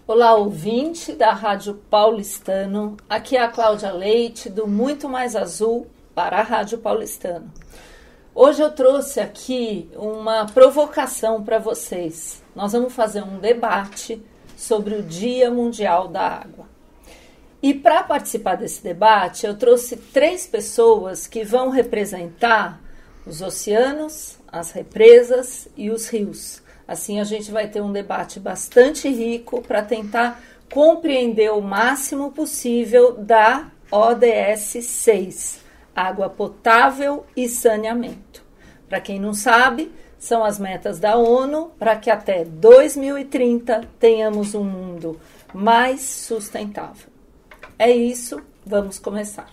Olá, ouvinte da Rádio Paulistano. Aqui é a Cláudia Leite, do Muito Mais Azul para a Rádio Paulistano. Hoje eu trouxe aqui uma provocação para vocês. Nós vamos fazer um debate sobre o Dia Mundial da Água. E para participar desse debate, eu trouxe 3 pessoas que vão representar os oceanos, as represas e os rios. Assim a gente vai ter um debate bastante rico para tentar compreender o máximo possível da ODS 6, água potável e saneamento. Para quem não sabe, são as metas da ONU para que até 2030 tenhamos um mundo mais sustentável. É isso, vamos começar.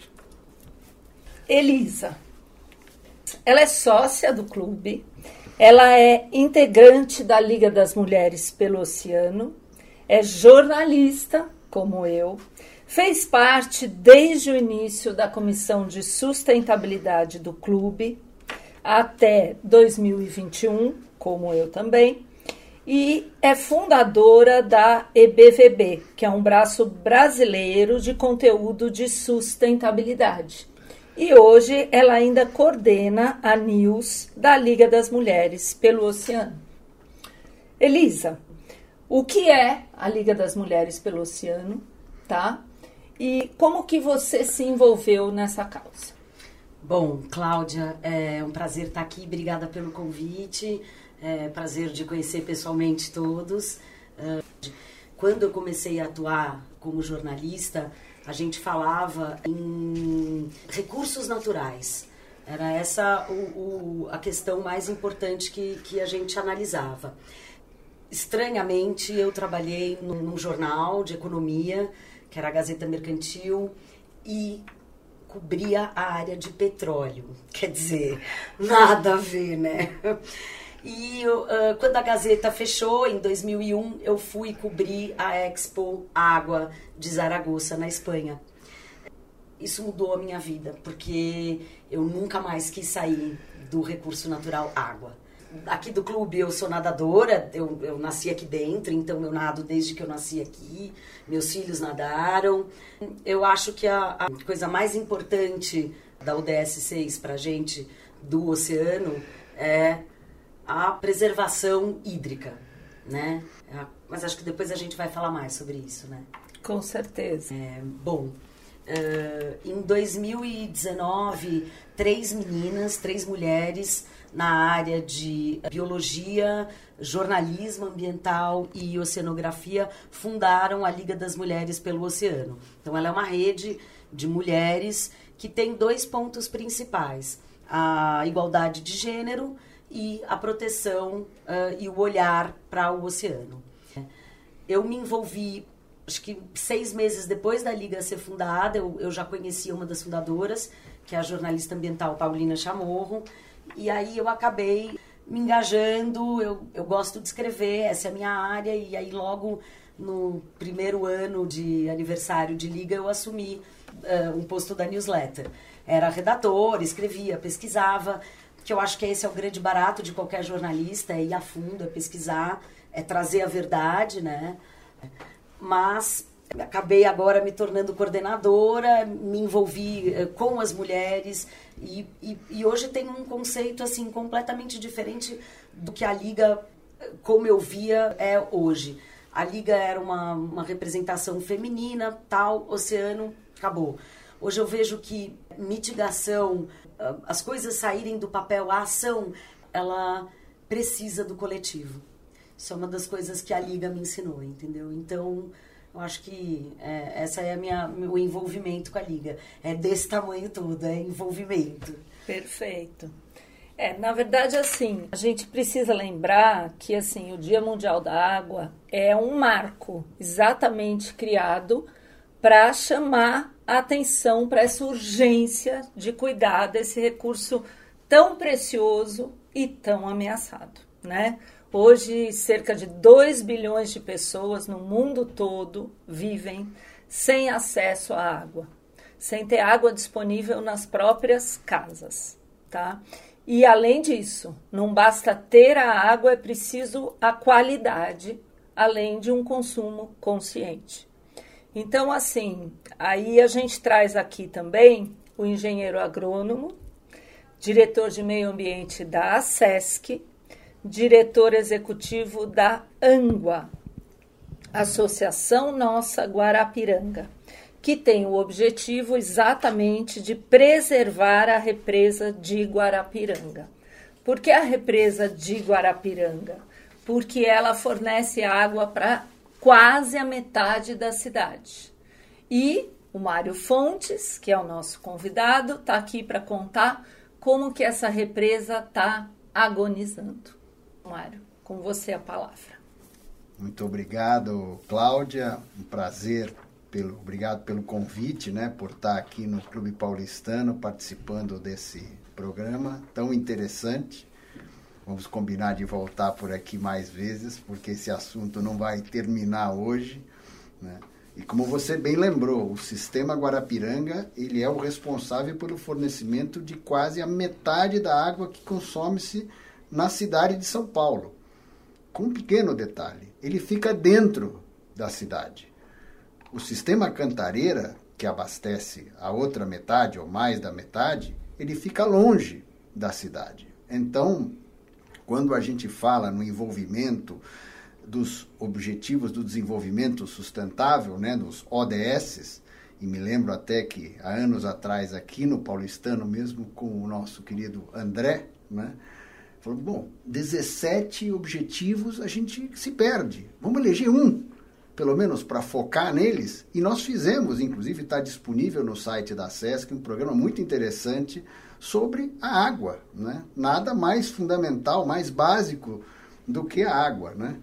Elisa, ela é sócia do clube. Ela é integrante da Liga das Mulheres pelo Oceano, é jornalista, como eu, fez parte desde o início da Comissão de Sustentabilidade do clube até 2021, como eu também, e é fundadora da EBVB, que é um braço brasileiro de conteúdo de sustentabilidade. E hoje ela ainda coordena a News da Liga das Mulheres pelo Oceano. Elisa, o que é a Liga das Mulheres pelo Oceano, tá? E como que você se envolveu nessa causa? Bom, Cláudia, é um prazer estar aqui. Obrigada pelo convite. É prazer de conhecer pessoalmente todos. Quando eu comecei a atuar como jornalista, a gente falava em recursos naturais. Era essa a questão mais importante que a gente analisava. Estranhamente, eu trabalhei num jornal de economia, que era a Gazeta Mercantil, e cobria a área de petróleo. Quer dizer, nada a ver, né? E quando a Gazeta fechou, em 2001, eu fui cobrir a Expo Água de Zaragoza, na Espanha. Isso mudou a minha vida, porque eu nunca mais quis sair do recurso natural água. Aqui do clube eu sou nadadora, eu nasci aqui dentro, então eu nado desde que eu nasci aqui, meus filhos nadaram. Eu acho que a coisa mais importante da ODS 6 pra gente, do oceano, é a preservação hídrica, né? Mas acho que depois a gente vai falar mais sobre isso, né? Com certeza. Em 2019, 3 mulheres na área de biologia, jornalismo ambiental e oceanografia fundaram a Liga das Mulheres pelo Oceano. Então ela é uma rede de mulheres que tem 2 pontos principais: a igualdade de gênero e a proteção e o olhar para o oceano. Eu me envolvi, acho que 6 meses depois da Liga ser fundada, eu já conhecia uma das fundadoras, que é a jornalista ambiental Paulina Chamorro, e aí eu acabei me engajando. Eu gosto de escrever, essa é a minha área, e aí logo no primeiro ano de aniversário de Liga eu assumi um posto da newsletter. Era redatora, escrevia, pesquisava, que eu acho que esse é o grande barato de qualquer jornalista, é ir a fundo, é pesquisar, é trazer a verdade, né? Mas acabei agora me tornando coordenadora, me envolvi com as mulheres e hoje tem um conceito assim completamente diferente do que a Liga, como eu via, é hoje. A Liga era uma representação feminina, tal, oceano, acabou. Hoje eu vejo que mitigação, as coisas saírem do papel, a ação, ela precisa do coletivo. Isso é uma das coisas que a Liga me ensinou, entendeu? Então, eu acho que essa é o envolvimento com a Liga. É desse tamanho todo, é envolvimento. Perfeito. Na verdade, assim, a gente precisa lembrar que, assim, o Dia Mundial da Água é um marco exatamente criado para chamar a atenção para essa urgência de cuidar desse recurso tão precioso e tão ameaçado, né? Hoje, cerca de 2 bilhões de pessoas no mundo todo vivem sem acesso à água, sem ter água disponível nas próprias casas, tá? E, além disso, não basta ter a água, é preciso a qualidade além de um consumo consciente. Então, assim, aí a gente traz aqui também o engenheiro agrônomo, diretor de meio ambiente da ASESC, diretor executivo da ANGUA, Associação Nossa Guarapiranga, que tem o objetivo exatamente de preservar a represa de Guarapiranga. Por que a represa de Guarapiranga? Porque ela fornece água para quase a metade da cidade. E o Mário Fontes, que é o nosso convidado, está aqui para contar como que essa represa está agonizando. Mário, com você a palavra. Muito obrigado, Cláudia. Um prazer. Obrigado pelo convite, né, por estar aqui no Clube Paulistano participando desse programa tão interessante. Vamos combinar de voltar por aqui mais vezes, porque esse assunto não vai terminar hoje, né? E como você bem lembrou, o sistema Guarapiranga, ele é o responsável pelo fornecimento de quase a metade da água que consome-se na cidade de São Paulo. Com um pequeno detalhe, ele fica dentro da cidade. O sistema Cantareira, que abastece a outra metade ou mais da metade, ele fica longe da cidade. Então, quando a gente fala no envolvimento dos Objetivos do Desenvolvimento Sustentável, né, dos ODS, e me lembro até que há anos atrás aqui no Paulistano mesmo com o nosso querido André, né, falou, bom, 17 objetivos a gente se perde, vamos eleger um, pelo menos para focar neles, e nós fizemos, inclusive está disponível no site da SESC, um programa muito interessante sobre a água, né? Nada mais fundamental, mais básico do que a água, né?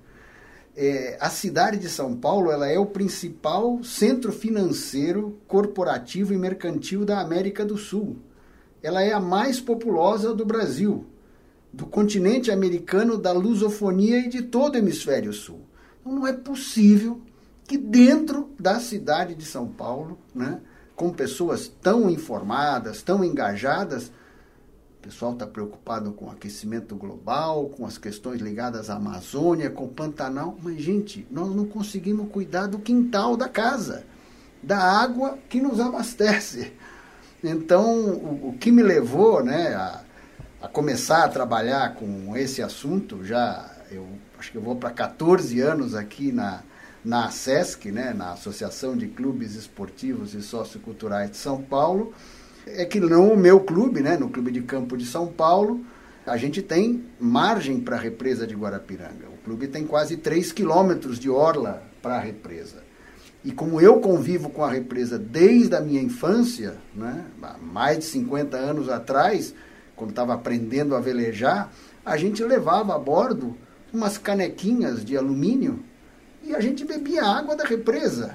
A cidade de São Paulo, ela é o principal centro financeiro, corporativo e mercantil da América do Sul. Ela é a mais populosa do Brasil, do continente americano, da lusofonia e de todo o hemisfério sul. Então não é possível que dentro da cidade de São Paulo, né, com pessoas tão informadas, tão engajadas, o pessoal está preocupado com o aquecimento global, com as questões ligadas à Amazônia, com o Pantanal, mas, gente, nós não conseguimos cuidar do quintal da casa, da água que nos abastece. Então, o que me levou, né, a começar a trabalhar com esse assunto, eu acho que eu vou para 14 anos aqui na ASESC, né, na Associação de Clubes Esportivos e Socioculturais de São Paulo, é que no meu clube, né, no Clube de Campo de São Paulo, a gente tem margem para a represa de Guarapiranga. O clube tem quase 3 quilômetros de orla para a represa. E como eu convivo com a represa desde a minha infância, né, mais de 50 anos atrás, quando estava aprendendo a velejar, a gente levava a bordo umas canequinhas de alumínio e a gente bebia água da represa.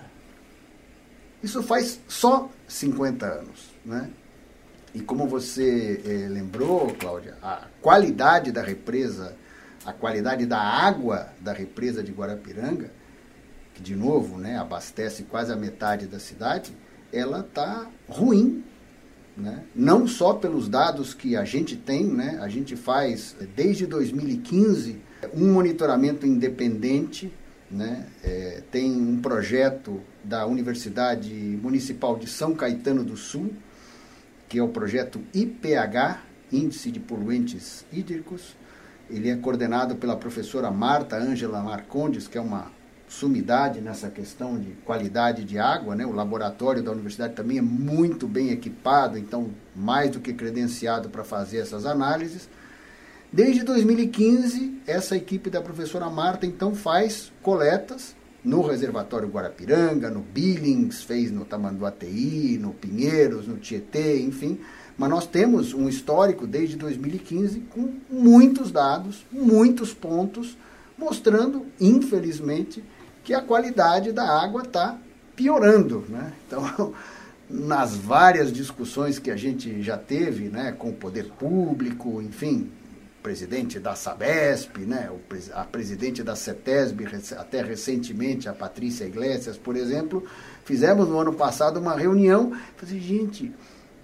Isso faz só 50 anos, né? E como você lembrou, Cláudia, a qualidade da represa, a qualidade da água da represa de Guarapiranga, que de novo, né, abastece quase a metade da cidade, ela está ruim, né? Não só pelos dados que a gente tem, né? A gente faz desde 2015 um monitoramento independente, né? Tem um projeto da Universidade Municipal de São Caetano do Sul, que é o projeto IPH, Índice de Poluentes Hídricos. Ele é coordenado pela professora Marta Ângela Marcondes, que é uma sumidade nessa questão de qualidade de água, né? O laboratório da universidade também é muito bem equipado, então mais do que credenciado para fazer essas análises. Desde 2015, essa equipe da professora Marta, então, faz coletas no reservatório Guarapiranga, no Billings, fez no Tamanduateí, no Pinheiros, no Tietê, enfim. Mas nós temos um histórico desde 2015 com muitos dados, muitos pontos, mostrando, infelizmente, que a qualidade da água está piorando, né? Então, nas várias discussões que a gente já teve, né, com o poder público, enfim, o presidente da Sabesp, né, a presidente da CETESB, até recentemente, a Patrícia Iglesias, por exemplo, fizemos no ano passado uma reunião, falei, gente,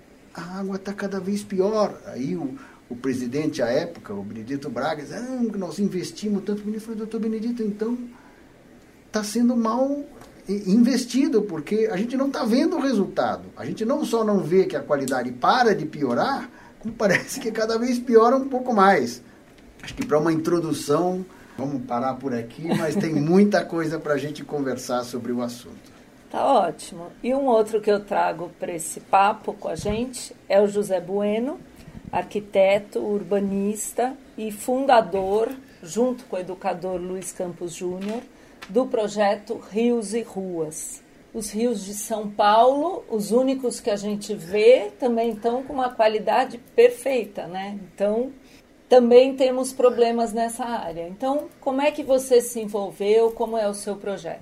a água está cada vez pior. Aí o presidente à época, o Benedito Braga, disse, nós investimos tanto. Eu falei, doutor Benedito, então está sendo mal investido, porque a gente não está vendo o resultado. A gente não só não vê que a qualidade para de piorar, como parece que cada vez piora um pouco mais. Acho que para uma introdução, vamos parar por aqui, mas tem muita coisa para a gente conversar sobre o assunto. Tá ótimo. E um outro que eu trago para esse papo com a gente é o José Bueno, arquiteto, urbanista e fundador, junto com o educador Luiz Campos Júnior, do projeto Rios e Ruas. Os rios de São Paulo, os únicos que a gente vê, também estão com uma qualidade perfeita, né? Então, também temos problemas nessa área. Então, como é que você se envolveu? Como é o seu projeto?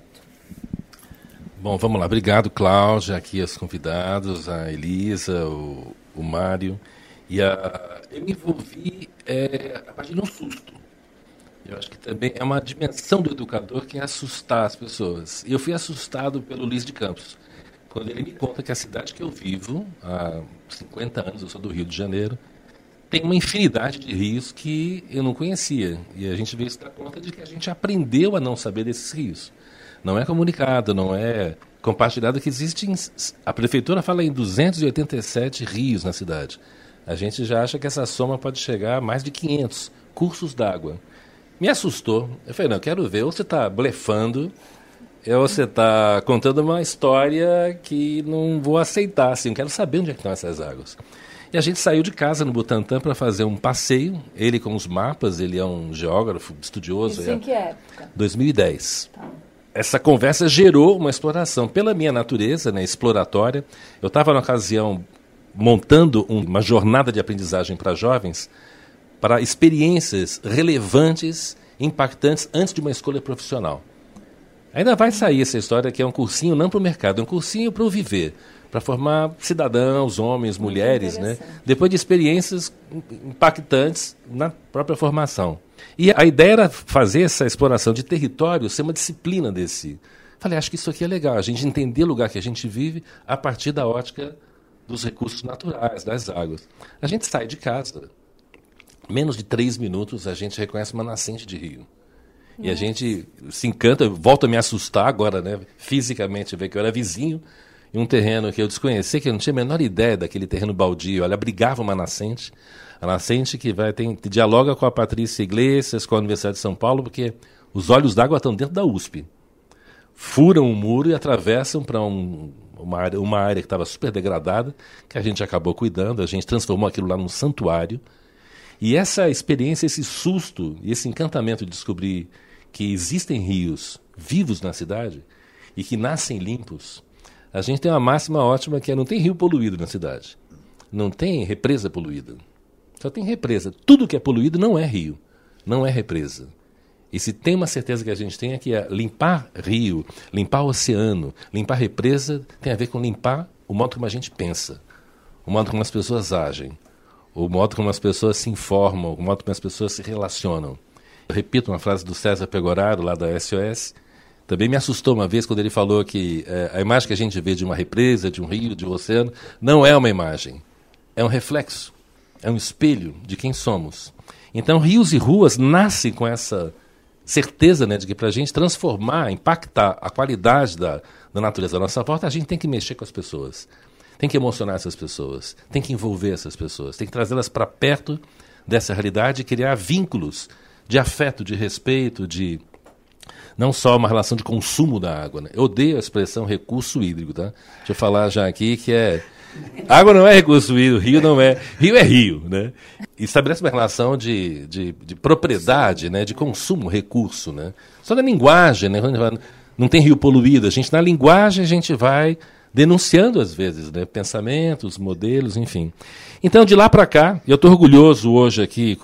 Bom, vamos lá. Obrigado, Cláudia, aqui os convidados, a Elisa, o Mário. Eu me envolvi a partir de um susto. Eu acho que também é uma dimensão do educador que é assustar as pessoas. E eu fui assustado pelo Luiz de Campos, quando ele me conta que a cidade que eu vivo, há 50 anos, eu sou do Rio de Janeiro, tem uma infinidade de rios que eu não conhecia. E a gente veio se dar conta de que a gente aprendeu a não saber desses rios. Não é comunicado, não é compartilhado, que existem... A prefeitura fala em 287 rios na cidade. A gente já acha que essa soma pode chegar a mais de 500 cursos d'água. Me assustou. Eu falei, não, quero ver, ou você está blefando, ou você está contando uma história que não vou aceitar, assim, eu quero saber onde é que estão essas águas. E a gente saiu de casa no Butantã para fazer um passeio, ele com os mapas, ele é um geógrafo estudioso. Isso em que época? 2010. Tá. Essa conversa gerou uma exploração pela minha natureza, né, exploratória. Eu estava na ocasião montando uma jornada de aprendizagem para jovens, para experiências relevantes, impactantes, antes de uma escolha profissional. Ainda vai sair essa história que é um cursinho não para o mercado, é um cursinho para o viver, para formar cidadãos, homens, mulheres, né? Depois de experiências impactantes na própria formação. E a ideia era fazer essa exploração de território ser uma disciplina desse. Falei, acho que isso aqui é legal, a gente entender o lugar que a gente vive a partir da ótica dos recursos naturais, das águas. A gente sai de casa, menos de 3 minutos a gente reconhece uma nascente de rio. E a gente se encanta, volta a me assustar agora, né? Fisicamente, ver que eu era vizinho em um terreno que eu desconhecia, que eu não tinha a menor ideia daquele terreno baldio. Ela abrigava uma nascente, a nascente que dialoga com a Patrícia Iglesias, com a Universidade de São Paulo, porque os olhos d'água estão dentro da USP. Furam o muro e atravessam para uma área que estava super degradada, que a gente acabou cuidando, a gente transformou aquilo lá num santuário. E essa experiência, esse susto e esse encantamento de descobrir que existem rios vivos na cidade e que nascem limpos, a gente tem uma máxima ótima que é: não tem rio poluído na cidade, não tem represa poluída, só tem represa. Tudo que é poluído não é rio, não é represa. E se tem uma certeza que a gente tem é que limpar rio, limpar oceano, limpar represa tem a ver com limpar o modo como a gente pensa, o modo como as pessoas agem, o modo como as pessoas se informam, o modo como as pessoas se relacionam. Eu repito uma frase do César Pegoraro, lá da SOS. Também me assustou uma vez quando ele falou que a imagem que a gente vê de uma represa, de um rio, de um oceano, não é uma imagem. É um reflexo, é um espelho de quem somos. Então, rios e ruas nascem com essa certeza, né, de que para a gente transformar, impactar a qualidade da natureza à nossa volta, a gente tem que mexer com as pessoas. Tem que emocionar essas pessoas, tem que envolver essas pessoas, tem que trazê-las para perto dessa realidade e criar vínculos de afeto, de respeito, de não só uma relação de consumo da água, né? Eu odeio a expressão recurso hídrico, tá? Deixa eu falar já aqui que água não é recurso hídrico, rio não é. Rio é rio, né? E estabelece uma relação de propriedade, né? De consumo, recurso, né? Só na linguagem, né? Não tem rio poluído. Na linguagem, a gente vai denunciando, às vezes, né, pensamentos, modelos, enfim. Então, de lá para cá, eu estou orgulhoso hoje aqui,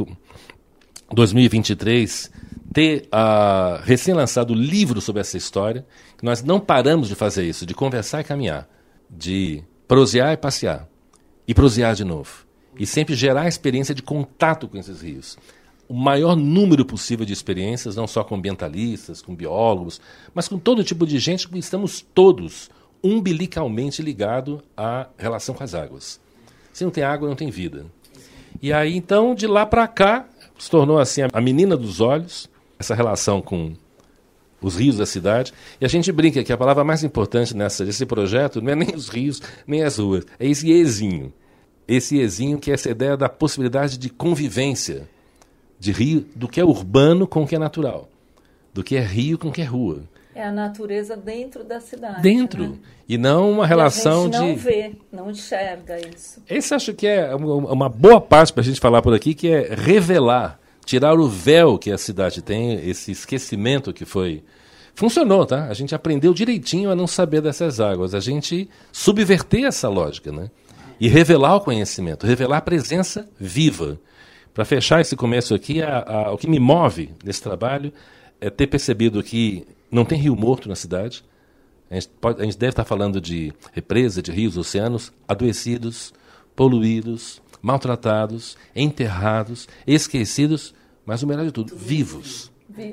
2023, ter recém-lançado livro sobre essa história, que nós não paramos de fazer isso, de conversar e caminhar, de prosear e passear, e prosear de novo, e sempre gerar a experiência de contato com esses rios. O maior número possível de experiências, não só com ambientalistas, com biólogos, mas com todo tipo de gente, porque estamos todos umbilicalmente ligado à relação com as águas. Se não tem água, não tem vida. E aí, então, de lá para cá, se tornou assim a menina dos olhos, essa relação com os rios da cidade. E a gente brinca que a palavra mais importante desse projeto não é nem os rios, nem as ruas, é esse ezinho. Esse ezinho que é essa ideia da possibilidade de convivência de rio, do que é urbano com o que é natural, do que é rio com o que é rua. É a natureza dentro da cidade. Dentro. Né? E não uma relação de... A gente não vê, não enxerga isso. Esse acho que é uma boa parte para a gente falar por aqui, que é revelar, tirar o véu que a cidade tem, esse esquecimento que foi... Funcionou, tá? A gente aprendeu direitinho a não saber dessas águas. A gente subverter essa lógica, né? E revelar o conhecimento, revelar a presença viva. Para fechar esse começo aqui, o que me move nesse trabalho é ter percebido que não tem rio morto na cidade. A gente deve estar falando de represa, de rios, oceanos adoecidos, poluídos, maltratados, enterrados, esquecidos, mas o melhor de tudo, vivos.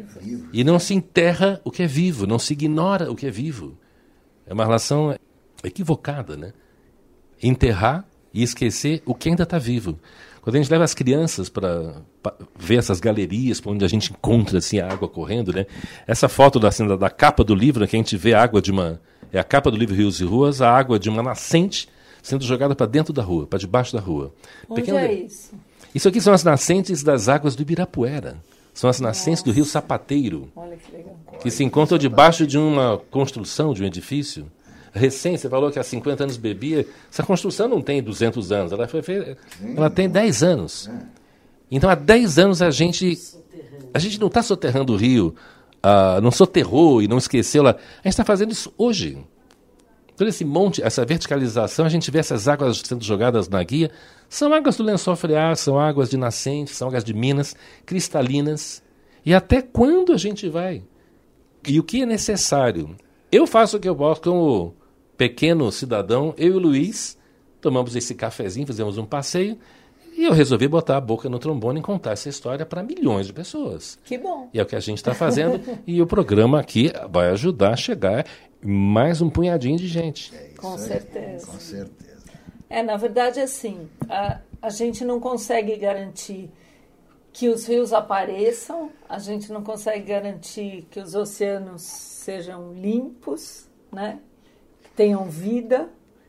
E não se enterra o que é vivo, não se ignora o que é vivo. É uma relação equivocada, né? Enterrar e esquecer o que ainda está vivo. Quando a gente leva as crianças para ver essas galerias, onde a gente encontra assim, a água correndo, né? Essa foto da capa do livro, que a gente vê a água de uma... É a capa do livro Rios e Ruas, a água de uma nascente sendo jogada para dentro da rua, para debaixo da rua. Onde é isso? Isso aqui são as nascentes das águas do Ibirapuera. São as nascentes do Rio Sapateiro. Olha que legal. Que se encontram debaixo de uma construção, de um edifício. Recém, você falou que há 50 anos bebia. Essa construção não tem 200 anos, ela tem 10 anos. Então, há 10 anos a gente não está soterrando o rio, não soterrou e não esqueceu. A gente está fazendo isso hoje. Todo esse monte, essa verticalização, a gente vê essas águas sendo jogadas na guia. São águas do lençol freático, são águas de nascentes, são águas de minas, cristalinas. E até quando a gente vai? E o que é necessário? Eu faço o que eu posso como pequeno cidadão, eu e o Luiz tomamos esse cafezinho, fizemos um passeio e eu resolvi botar a boca no trombone e contar essa história para milhões de pessoas. Que bom. E é o que a gente está fazendo e o programa aqui vai ajudar a chegar mais um punhadinho de gente. Com certeza. Com certeza. Na verdade, assim, a gente não consegue garantir que os rios apareçam, a gente não consegue garantir que os oceanos sejam limpos, né? Tenham vida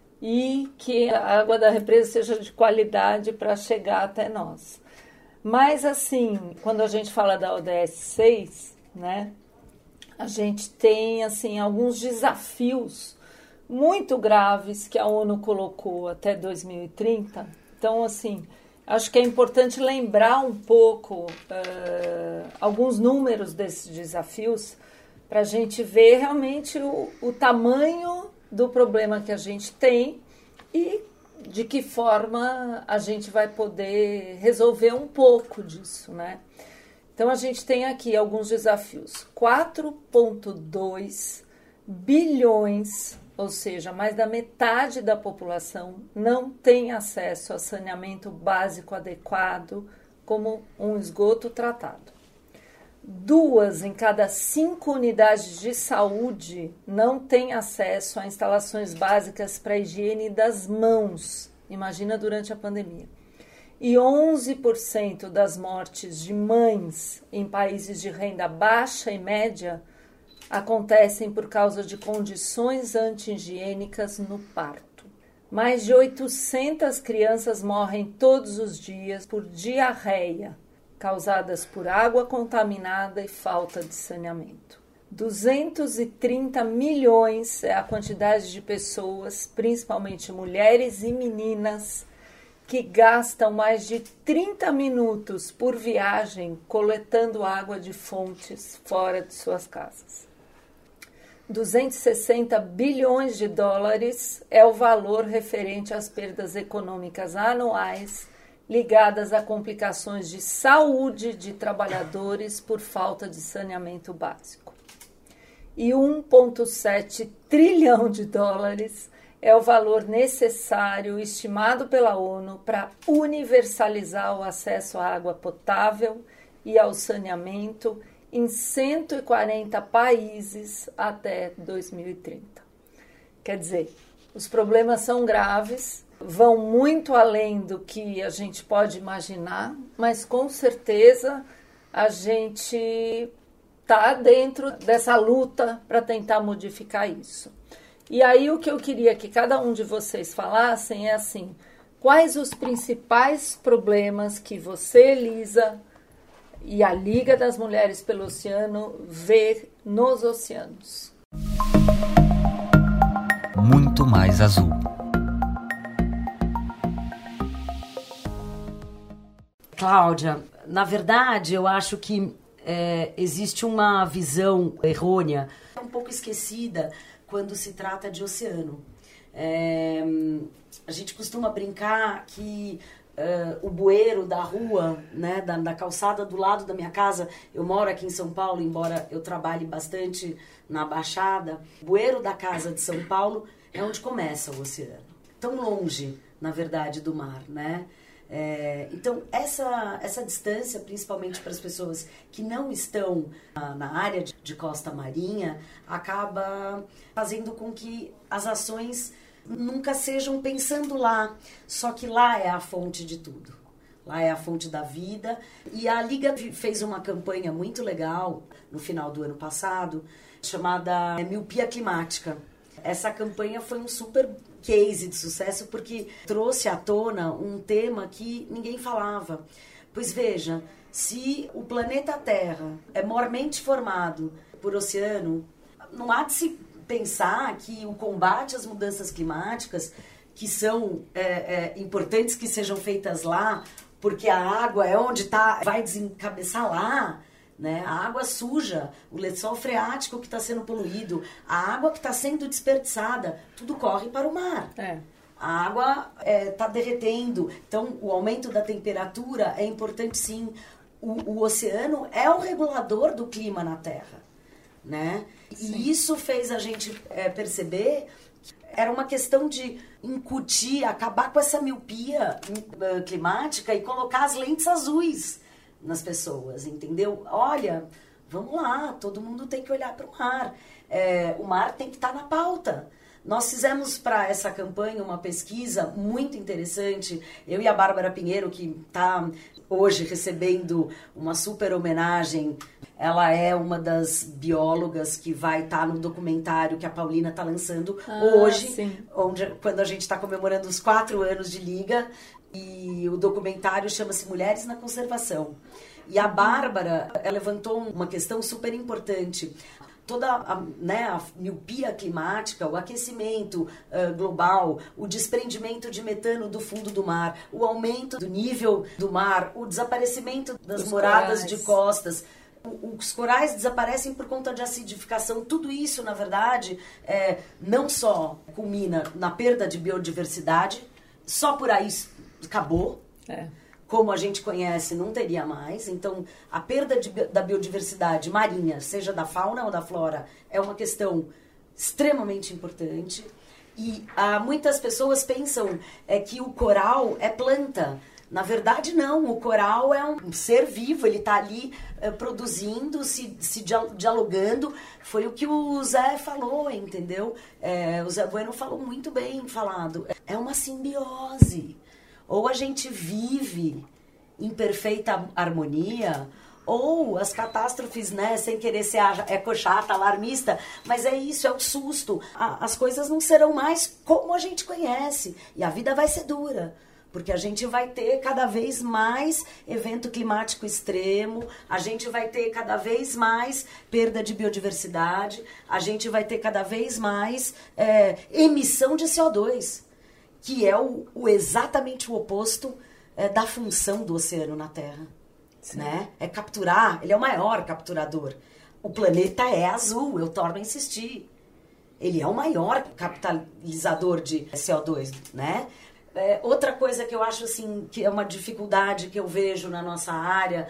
e que a água da represa seja de qualidade para chegar até nós. Mas, assim, quando a gente fala da ODS 6, né, a gente tem assim, alguns desafios muito graves que a ONU colocou até 2030. Então, assim, acho que é importante lembrar um pouco alguns números desses desafios para a gente ver realmente o tamanho do problema que a gente tem e de que forma a gente vai poder resolver um pouco disso, né? Então, a gente tem aqui alguns desafios. 4,2 bilhões, ou seja, mais da metade da população não tem acesso a saneamento básico adequado, como um esgoto tratado. 2 em cada 5 unidades de saúde não têm acesso a instalações básicas para a higiene das mãos. Imagina durante a pandemia. E 11% das mortes de mães em países de renda baixa e média acontecem por causa de condições anti-higiênicas no parto. Mais de 800 crianças morrem todos os dias por diarreia, causadas por água contaminada e falta de saneamento. 230 milhões é a quantidade de pessoas, principalmente mulheres e meninas, que gastam mais de 30 minutos por viagem coletando água de fontes fora de suas casas. 260 bilhões de dólares é o valor referente às perdas econômicas anuais ligadas a complicações de saúde de trabalhadores por falta de saneamento básico. E 1,7 trilhão de dólares é o valor necessário estimado pela ONU para universalizar o acesso à água potável e ao saneamento em 140 países até 2030. Quer dizer, os problemas são graves, vão muito além do que a gente pode imaginar, mas com certeza a gente está dentro dessa luta para tentar modificar isso. E aí o que eu queria que cada um de vocês falassem é assim, quais os principais problemas que você, Elisa, e a Liga das Mulheres pelo Oceano vê nos oceanos? Muito mais azul. Cláudia, na verdade, eu acho que existe uma visão errônea, um pouco esquecida, quando se trata de oceano. A gente costuma brincar que o bueiro da rua, né, da calçada do lado da minha casa, eu moro aqui em São Paulo, embora eu trabalhe bastante na Baixada, o bueiro da casa de São Paulo é onde começa o oceano. Tão longe, na verdade, do mar, né? Então, essa distância, principalmente para as pessoas que não estão na área de costa marinha, acaba fazendo com que as ações nunca sejam pensando lá. Só que lá é a fonte de tudo. Lá é a fonte da vida. E a Liga fez uma campanha muito legal no final do ano passado, chamada Miopia Climática. Essa campanha foi um super case de sucesso porque trouxe à tona um tema que ninguém falava. Pois veja, se o planeta Terra é mormente formado por oceano, não há de se pensar que o combate às mudanças climáticas, que são importantes que sejam feitas lá, porque a água é onde vai desencabeçar lá, né? A água suja, o lençol freático que está sendo poluído, a água que está sendo desperdiçada, tudo corre para o mar. A água está derretendo, então o aumento da temperatura é importante sim. O oceano é o regulador do clima na Terra, né? E isso fez a gente perceber que era uma questão de incutir, acabar com essa miopia climática e colocar as lentes azuis nas pessoas, entendeu? Olha, vamos lá, todo mundo tem que olhar para o mar. O mar tem que estar na pauta. Nós fizemos para essa campanha uma pesquisa muito interessante. Eu e a Bárbara Pinheiro, que está hoje recebendo uma super homenagem. Ela é uma das biólogas que vai estar no documentário que a Paulina está lançando hoje, quando a gente está comemorando os 4 anos de Liga. E o documentário chama-se Mulheres na Conservação. E a Bárbara levantou uma questão super importante. Toda a miopia climática, o aquecimento global, o desprendimento de metano do fundo do mar, o aumento do nível do mar, o desaparecimento das moradas de costas. Os corais desaparecem por conta de acidificação. Tudo isso, na verdade, não só culmina na perda de biodiversidade, só por aí acabou. Como a gente conhece, não teria mais. Então, a perda da biodiversidade marinha, seja da fauna ou da flora, é uma questão extremamente importante. E muitas pessoas pensam que o coral é planta. Na verdade, não. O coral é um ser vivo, ele está ali produzindo, se dialogando. Foi o que o Zé falou, entendeu? O Zé Bueno falou muito bem falado. É uma simbiose. Ou a gente vive em perfeita harmonia, ou as catástrofes, né, sem querer ser ecochata, alarmista, mas é isso, é o susto. As coisas não serão mais como a gente conhece, e a vida vai ser dura, porque a gente vai ter cada vez mais evento climático extremo, a gente vai ter cada vez mais perda de biodiversidade, a gente vai ter cada vez mais emissão de CO2, que é exatamente o oposto da função do oceano na Terra. Né? É capturar, ele é o maior capturador. O planeta é azul, eu torno a insistir. Ele é o maior capitalizador de CO2, né? Outra coisa que eu acho assim, que é uma dificuldade que eu vejo na nossa área,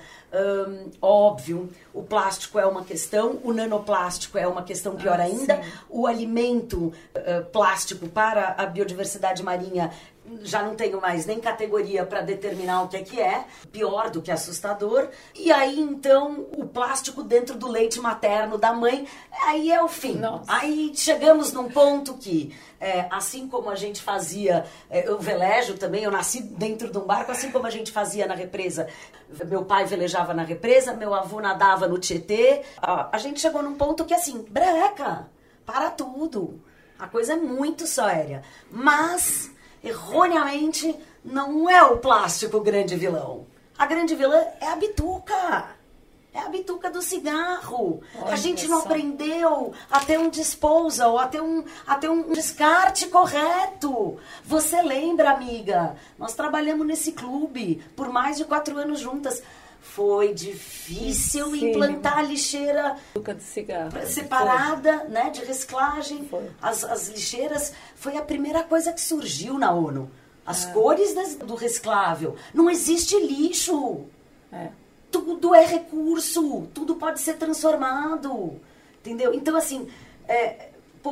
óbvio, o plástico é uma questão, o nanoplástico é uma questão pior ainda, sim. O alimento plástico para a biodiversidade marinha já não tenho mais nem categoria para determinar o que é, pior do que assustador. E aí, então, o plástico dentro do leite materno da mãe, aí é o fim. Nossa. Aí chegamos num ponto que, assim como a gente fazia, eu velejo também, eu nasci dentro de um barco, assim como a gente fazia na represa. Meu pai velejava na represa, meu avô nadava no Tietê. A gente chegou num ponto que, assim, breca, para tudo. A coisa é muito séria. Mas, erroneamente, não é o plástico o grande vilão. A grande vilã é a bituca. É a bituca do cigarro. Olha a gente não só. aprendeu a ter um disposal, a ter um descarte correto. Você lembra, amiga? Nós trabalhamos nesse clube por mais de 4 anos juntas. Foi difícil Sim. implantar a lixeira Açúcar de cigarro. separada, né, de reciclagem. Foi. As lixeiras foi a primeira coisa que surgiu na ONU. As cores do reciclável. Não existe lixo. É. Tudo é recurso. Tudo pode ser transformado. Entendeu? Então, assim, é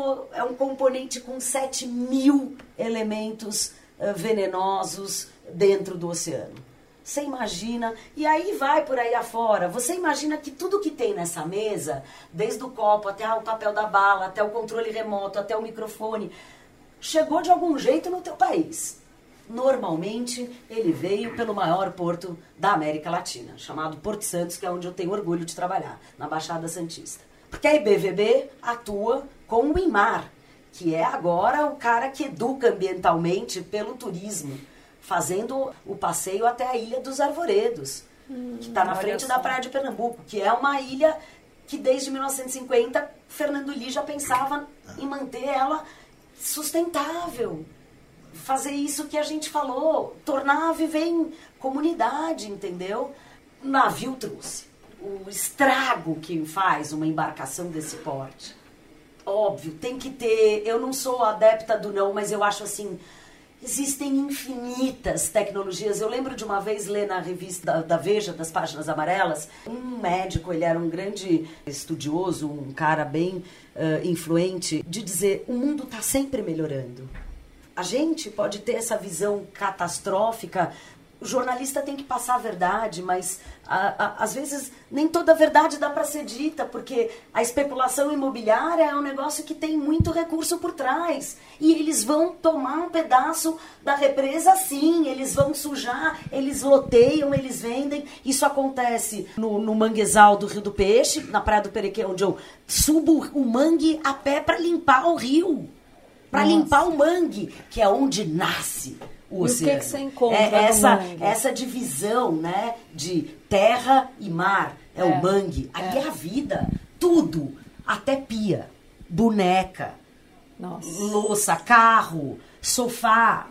um componente com 7.000 elementos venenosos dentro do oceano. Você imagina, e aí vai por aí afora, você imagina que tudo que tem nessa mesa, desde o copo até o papel da bala, até o controle remoto, até o microfone, chegou de algum jeito no teu país. Normalmente, ele veio pelo maior porto da América Latina, chamado Porto Santos, que é onde eu tenho orgulho de trabalhar, na Baixada Santista. Porque a IBVB atua com o IMAR, que é agora o cara que educa ambientalmente pelo turismo, fazendo o passeio até a Ilha dos Arvoredos, que está na frente da Praia de Pernambuco, que é uma ilha que desde 1950 Fernando Lee já pensava em manter ela sustentável. Fazer isso que a gente falou, tornar a viver em comunidade, entendeu? O navio trouxe o estrago que faz uma embarcação desse porte. Óbvio, tem que ter, eu não sou adepta do não, mas eu acho assim, existem infinitas tecnologias. Eu lembro de uma vez ler na revista da Veja, das páginas amarelas, um médico, ele era um grande estudioso, um cara bem influente, de dizer, o mundo está sempre melhorando. A gente pode ter essa visão catastrófica, o jornalista tem que passar a verdade, mas às vezes nem toda a verdade dá para ser dita, porque a especulação imobiliária é um negócio que tem muito recurso por trás. E eles vão tomar um pedaço da represa sim, eles vão sujar, eles loteiam, eles vendem. Isso acontece no manguezal do Rio do Peixe, na Praia do Perequê, onde eu subo o mangue a pé para limpar o rio. Para limpar o mangue, que é onde nasce o oceano. E o que você encontra no mangue? Essa divisão, né, de terra e mar, o mangue. Ali é a vida, tudo, até pia, boneca, louça, carro, sofá.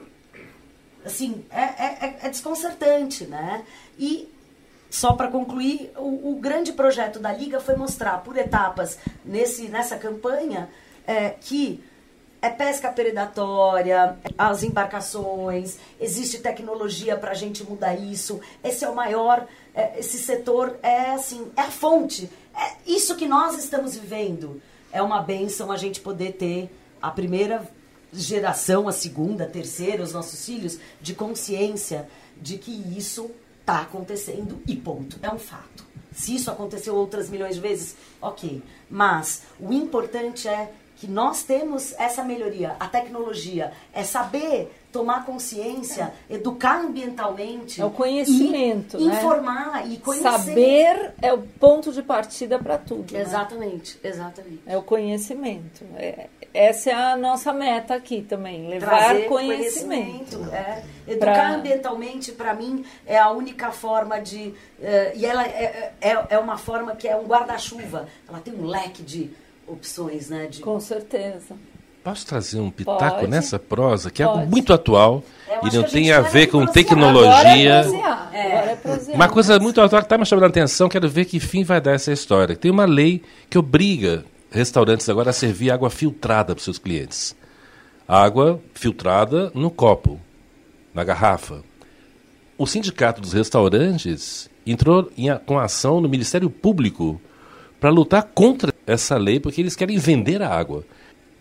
Assim, é desconcertante, né? E, só para concluir, o grande projeto da Liga foi mostrar por etapas nessa campanha que é pesca predatória, as embarcações, existe tecnologia para a gente mudar isso. Esse é o maior, esse setor é assim, é a fonte. É isso que nós estamos vivendo. É uma bênção a gente poder ter a primeira geração, a segunda, a terceira, os nossos filhos, de consciência de que isso está acontecendo e ponto. É um fato. Se isso aconteceu outras milhões de vezes, ok. Mas o importante é que nós temos essa melhoria, a tecnologia, é saber tomar consciência, educar ambientalmente. É o conhecimento, né? Informar e conhecer. Saber é o ponto de partida para tudo. Exatamente, né? Exatamente. É o conhecimento. Essa é a nossa meta aqui também, levar trazer conhecimento. Educar ambientalmente, para mim, é a única forma de... e ela é uma forma que é um guarda-chuva. Ela tem um leque de opções, né? Com certeza. Posso trazer um pitaco Pode. nessa prosa, que é algo muito atual e não tem a ver com Agora tecnologia. Agora é prosear. Uma coisa muito atual que está me chamando a atenção, quero ver que fim vai dar essa história. Tem uma lei que obriga restaurantes agora a servir água filtrada para os seus clientes. Água filtrada no copo, na garrafa. O Sindicato dos Restaurantes entrou com ação no Ministério Público para lutar contra essa lei, porque eles querem vender a água.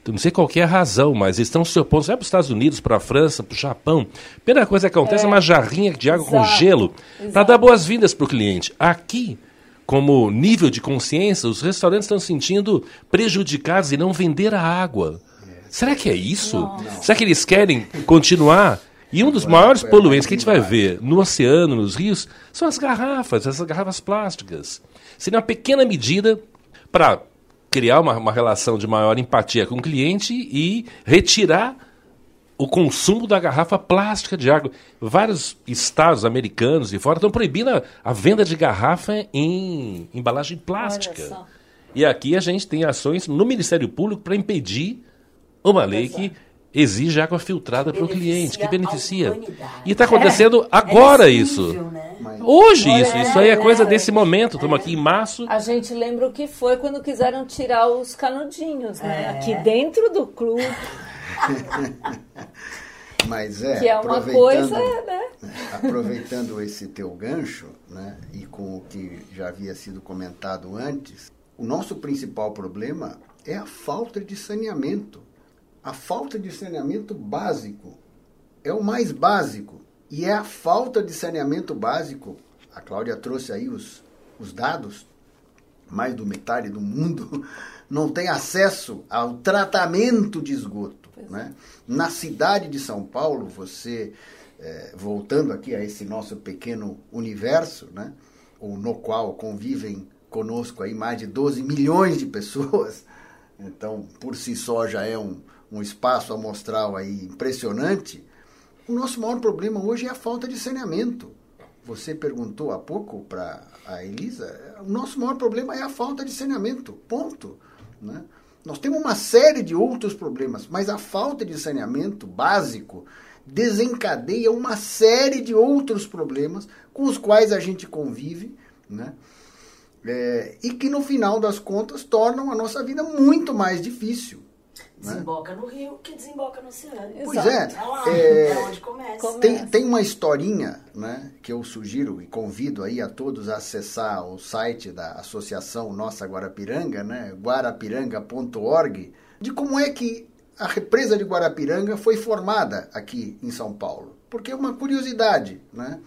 não sei qual que é a razão, mas eles estão se opondo. Você vai para os Estados Unidos, para a França, para o Japão. A primeira coisa que acontece é uma jarrinha de água com gelo para dar boas-vindas para o cliente. Aqui, como nível de consciência, os restaurantes estão se sentindo prejudicados e não vender a água. Será que é isso? Não. Será que eles querem continuar? E um dos maiores poluentes que a gente vai ver no oceano, nos rios, são as garrafas, essas garrafas plásticas. Seria uma pequena medida para criar uma relação de maior empatia com o cliente e retirar o consumo da garrafa plástica de água. Vários estados americanos e fora estão proibindo a venda de garrafa em embalagem plástica. E aqui a gente tem ações no Ministério Público para impedir uma lei que exige água filtrada para o cliente, que beneficia. E está acontecendo agora isso. Né? Hoje isso aí é coisa desse momento. Estamos aqui em março. A gente lembra o que foi quando quiseram tirar os canudinhos, né? Aqui dentro do clube. Mas que é uma coisa, né? Aproveitando esse teu gancho, né, e com o que já havia sido comentado antes, o nosso principal problema é a falta de saneamento. A falta de saneamento básico é o mais básico. E é a falta de saneamento básico, a Cláudia trouxe aí os dados, mais de metade do mundo não tem acesso ao tratamento de esgoto. Né? Na cidade de São Paulo, você, voltando aqui a esse nosso pequeno universo, né, no qual convivem conosco aí mais de 12 milhões de pessoas, então por si só já é um espaço amostral aí impressionante. O nosso maior problema hoje é a falta de saneamento. Você perguntou há pouco para a Elisa, o nosso maior problema é a falta de saneamento, ponto. Né? Nós temos uma série de outros problemas, mas a falta de saneamento básico desencadeia uma série de outros problemas com os quais a gente convive, né? E que no final das contas tornam a nossa vida muito mais difícil. Desemboca no rio que desemboca no oceano. Pois é. É onde começa. Tem uma historinha, né, que eu sugiro e convido aí a todos a acessar o site da Associação Nossa Guarapiranga, né, guarapiranga.org, de como é que a represa de Guarapiranga foi formada aqui em São Paulo. Porque é uma curiosidade, né?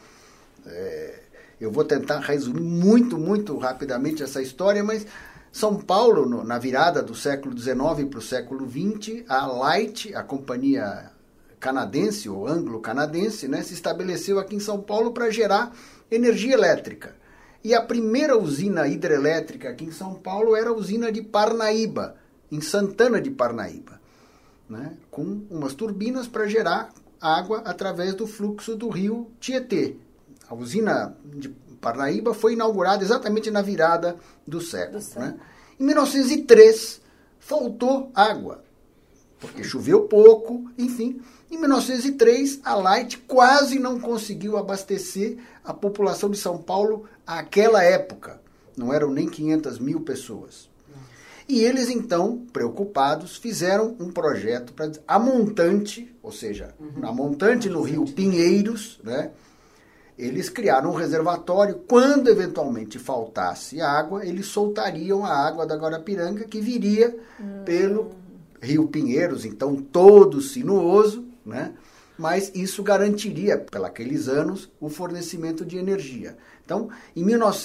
Eu vou tentar resumir muito rapidamente essa história, mas São Paulo, na virada do século XIX para o século XX, a Light, a companhia canadense ou anglo-canadense, né, se estabeleceu aqui em São Paulo para gerar energia elétrica. E a primeira usina hidrelétrica aqui em São Paulo era a usina de Parnaíba, em Santana de Parnaíba, né, com umas turbinas para gerar água através do fluxo do rio Tietê. A usina de Parnaíba foi inaugurada exatamente na virada do século. Né? Em 1903, faltou água, porque choveu pouco, enfim. Em 1903, a Light quase não conseguiu abastecer a população de São Paulo àquela época. Não eram nem 500 mil pessoas. E eles, então, preocupados, fizeram um projeto para a montante, ou seja, na montante no rio Pinheiros, né? Eles criaram um reservatório. Quando eventualmente faltasse água, eles soltariam a água da Guarapiranga, que viria pelo rio Pinheiros, então todo sinuoso, né? Mas isso garantiria, pelos anos, o fornecimento de energia. Então, em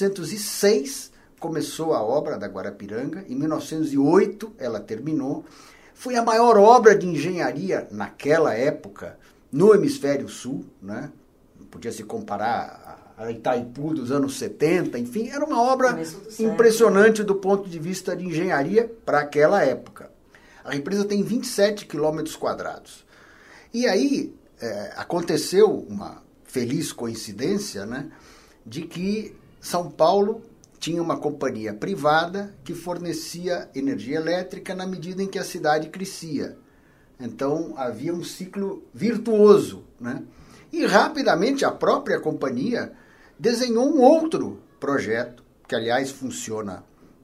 1906, começou a obra da Guarapiranga, em 1908 ela terminou. Foi a maior obra de engenharia naquela época no hemisfério sul, né? Podia se comparar a Itaipu dos anos 70, enfim, era uma obra impressionante do ponto de vista de engenharia para aquela época. A represa tem 27 quilômetros quadrados. E aí aconteceu uma feliz coincidência, né, de que São Paulo tinha uma companhia privada que fornecia energia elétrica na medida em que a cidade crescia. Então havia um ciclo virtuoso, né? E rapidamente a própria companhia desenhou um outro projeto, que aliás funciona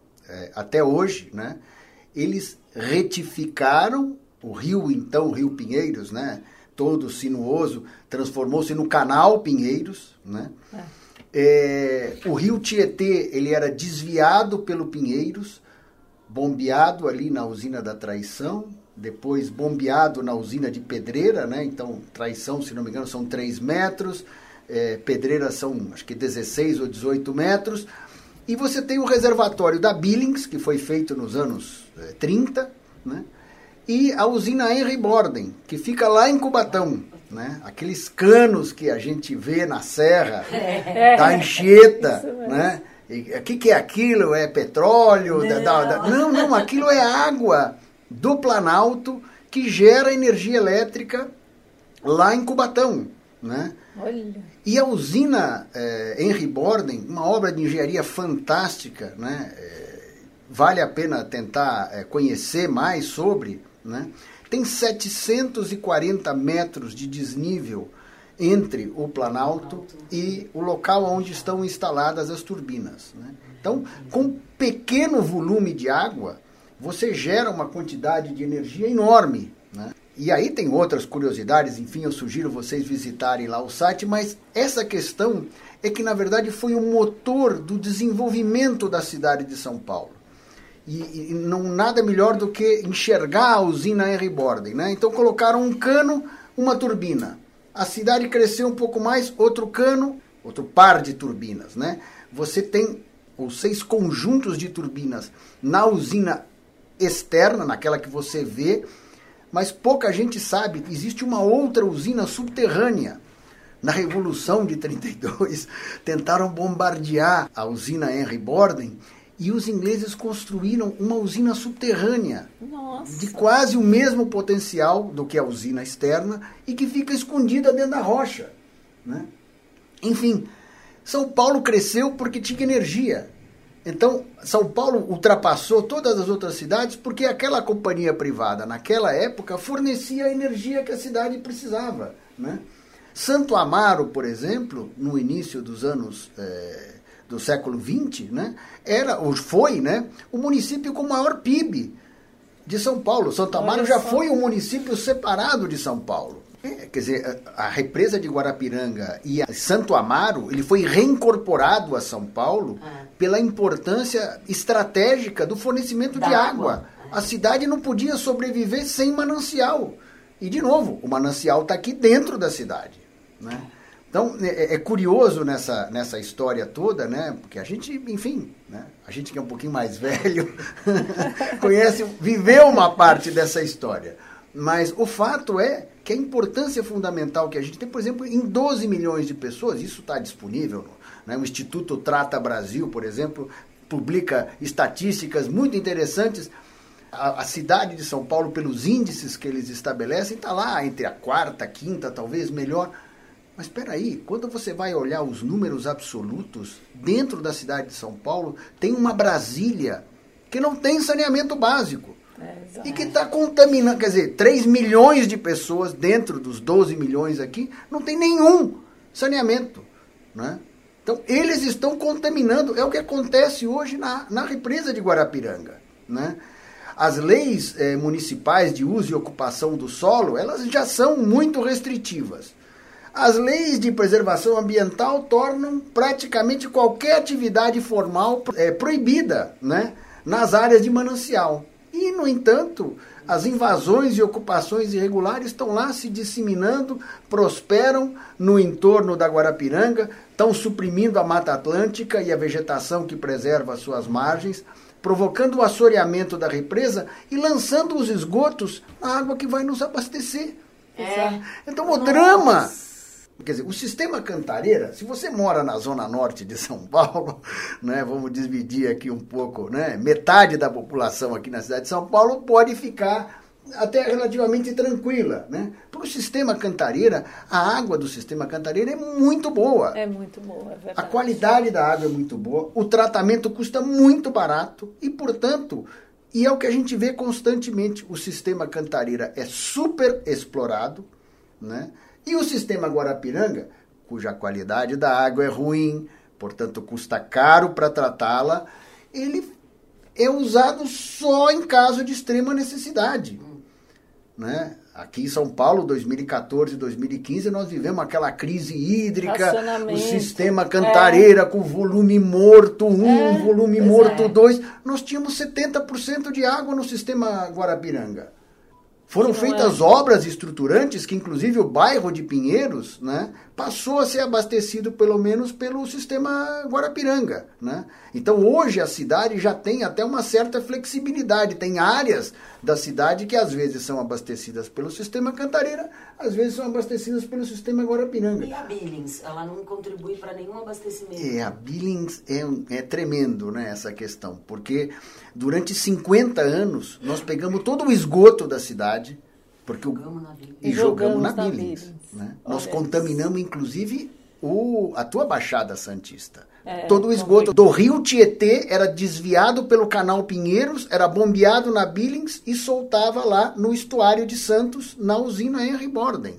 até hoje, né? Eles retificaram o rio, então o rio Pinheiros, né? Todo sinuoso, transformou-se no canal Pinheiros, né? O rio Tietê, ele era desviado pelo Pinheiros, bombeado ali na usina da Traição, depois bombeado na usina de Pedreira, né? Então, traição, se não me engano, são 3 metros, Pedreira são, acho que 16 ou 18 metros, e você tem o reservatório da Billings, que foi feito nos anos 30, né? E a usina Henry Borden, que fica lá em Cubatão, né? Aqueles canos que a gente vê na serra, da Anchieta, né? O que é aquilo? É petróleo? Não, aquilo é água do Planalto que gera energia elétrica lá em Cubatão, né? Olha. E a usina Henry Borden, uma obra de engenharia fantástica, né? Vale a pena tentar conhecer mais sobre, né? Tem 740 metros de desnível entre o Planalto e o local onde estão instaladas as turbinas, né? Então, com pequeno volume de água, você gera uma quantidade de energia enorme, né? E aí tem outras curiosidades, enfim, eu sugiro vocês visitarem lá o site, mas essa questão é que, na verdade, foi o motor do desenvolvimento da cidade de São Paulo. E não nada melhor do que enxergar a usina Henry Borden, né? Então colocaram um cano, uma turbina. A cidade cresceu um pouco mais, outro cano, outro par de turbinas, né? Você tem os 6 conjuntos de turbinas na usina externa, naquela que você vê, mas pouca gente sabe que existe uma outra usina subterrânea. Na Revolução de 32, tentaram bombardear a usina Henry Borden e os ingleses construíram uma usina subterrânea. Nossa. De quase o mesmo potencial do que a usina externa e que fica escondida dentro da rocha, né? Enfim, São Paulo cresceu porque tinha energia. Então, São Paulo ultrapassou todas as outras cidades porque aquela companhia privada, naquela época, fornecia a energia que a cidade precisava, né? Santo Amaro, por exemplo, no início dos anos do século XX, né, foi, né, o município com o maior PIB de São Paulo. Santo Amaro já foi um município separado de São Paulo. Quer dizer, a represa de Guarapiranga e Santo Amaro, ele foi reincorporado a São Paulo pela importância estratégica do fornecimento de água. A cidade não podia sobreviver sem manancial. E, de novo, o manancial está aqui dentro da cidade, né? Então, é curioso nessa história toda, né? Porque a gente, enfim, né? A gente que é um pouquinho mais velho, viveu uma parte dessa história. Mas o fato é que a importância fundamental que a gente tem, por exemplo, em 12 milhões de pessoas, isso está disponível, né? O Instituto Trata Brasil, por exemplo, publica estatísticas muito interessantes. A cidade de São Paulo, pelos índices que eles estabelecem, está lá entre a 4ª, 5ª, talvez melhor. Mas espera aí, quando você vai olhar os números absolutos, dentro da cidade de São Paulo, tem uma Brasília que não tem saneamento básico. E que está contaminando, quer dizer, 3 milhões de pessoas dentro dos 12 milhões aqui, não tem nenhum saneamento, né? Então, eles estão contaminando, é o que acontece hoje na represa de Guarapiranga, né? As leis municipais de uso e ocupação do solo, elas já são muito restritivas. As leis de preservação ambiental tornam praticamente qualquer atividade formal proibida, né, nas áreas de manancial. E, no entanto, as invasões e ocupações irregulares estão lá se disseminando, prosperam no entorno da Guarapiranga, estão suprimindo a Mata Atlântica e a vegetação que preserva as suas margens, provocando o assoreamento da represa e lançando os esgotos na água que vai nos abastecer. Então, o drama... Quer dizer, o sistema Cantareira, se você mora na zona norte de São Paulo, né, vamos dividir aqui um pouco, né, metade da população aqui na cidade de São Paulo pode ficar até relativamente tranquila, né? Porque o sistema Cantareira, a água do sistema Cantareira é muito boa. É muito boa, é verdade. A qualidade da água é muito boa, o tratamento custa muito barato e, portanto, e é o que a gente vê constantemente, o sistema Cantareira é super explorado, né? E o sistema Guarapiranga, cuja qualidade da água é ruim, portanto custa caro para tratá-la, ele é usado só em caso de extrema necessidade, né? Aqui em São Paulo, 2014 e 2015, nós vivemos aquela crise hídrica, o sistema Cantareira com volume morto 1, volume morto 2. Nós tínhamos 70% de água no sistema Guarapiranga. Foram feitas obras estruturantes que, inclusive, o bairro de Pinheiros, né, passou a ser abastecido, pelo menos, pelo sistema Guarapiranga. Né? Então, hoje, a cidade já tem até uma certa flexibilidade. Tem áreas da cidade que, às vezes, são abastecidas pelo sistema Cantareira, às vezes são abastecidas pelo sistema Guarapiranga. E a Billings? Ela não contribui para nenhum abastecimento? A Billings é tremendo, né, essa questão, porque durante 50 anos nós pegamos todo o esgoto da cidade porque jogamos na Billings. Né? Nós contaminamos, inclusive, a tua Baixada Santista. Todo o esgoto do rio Tietê era desviado pelo canal Pinheiros, era bombeado na Billings e soltava lá no estuário de Santos, na usina Henry Borden.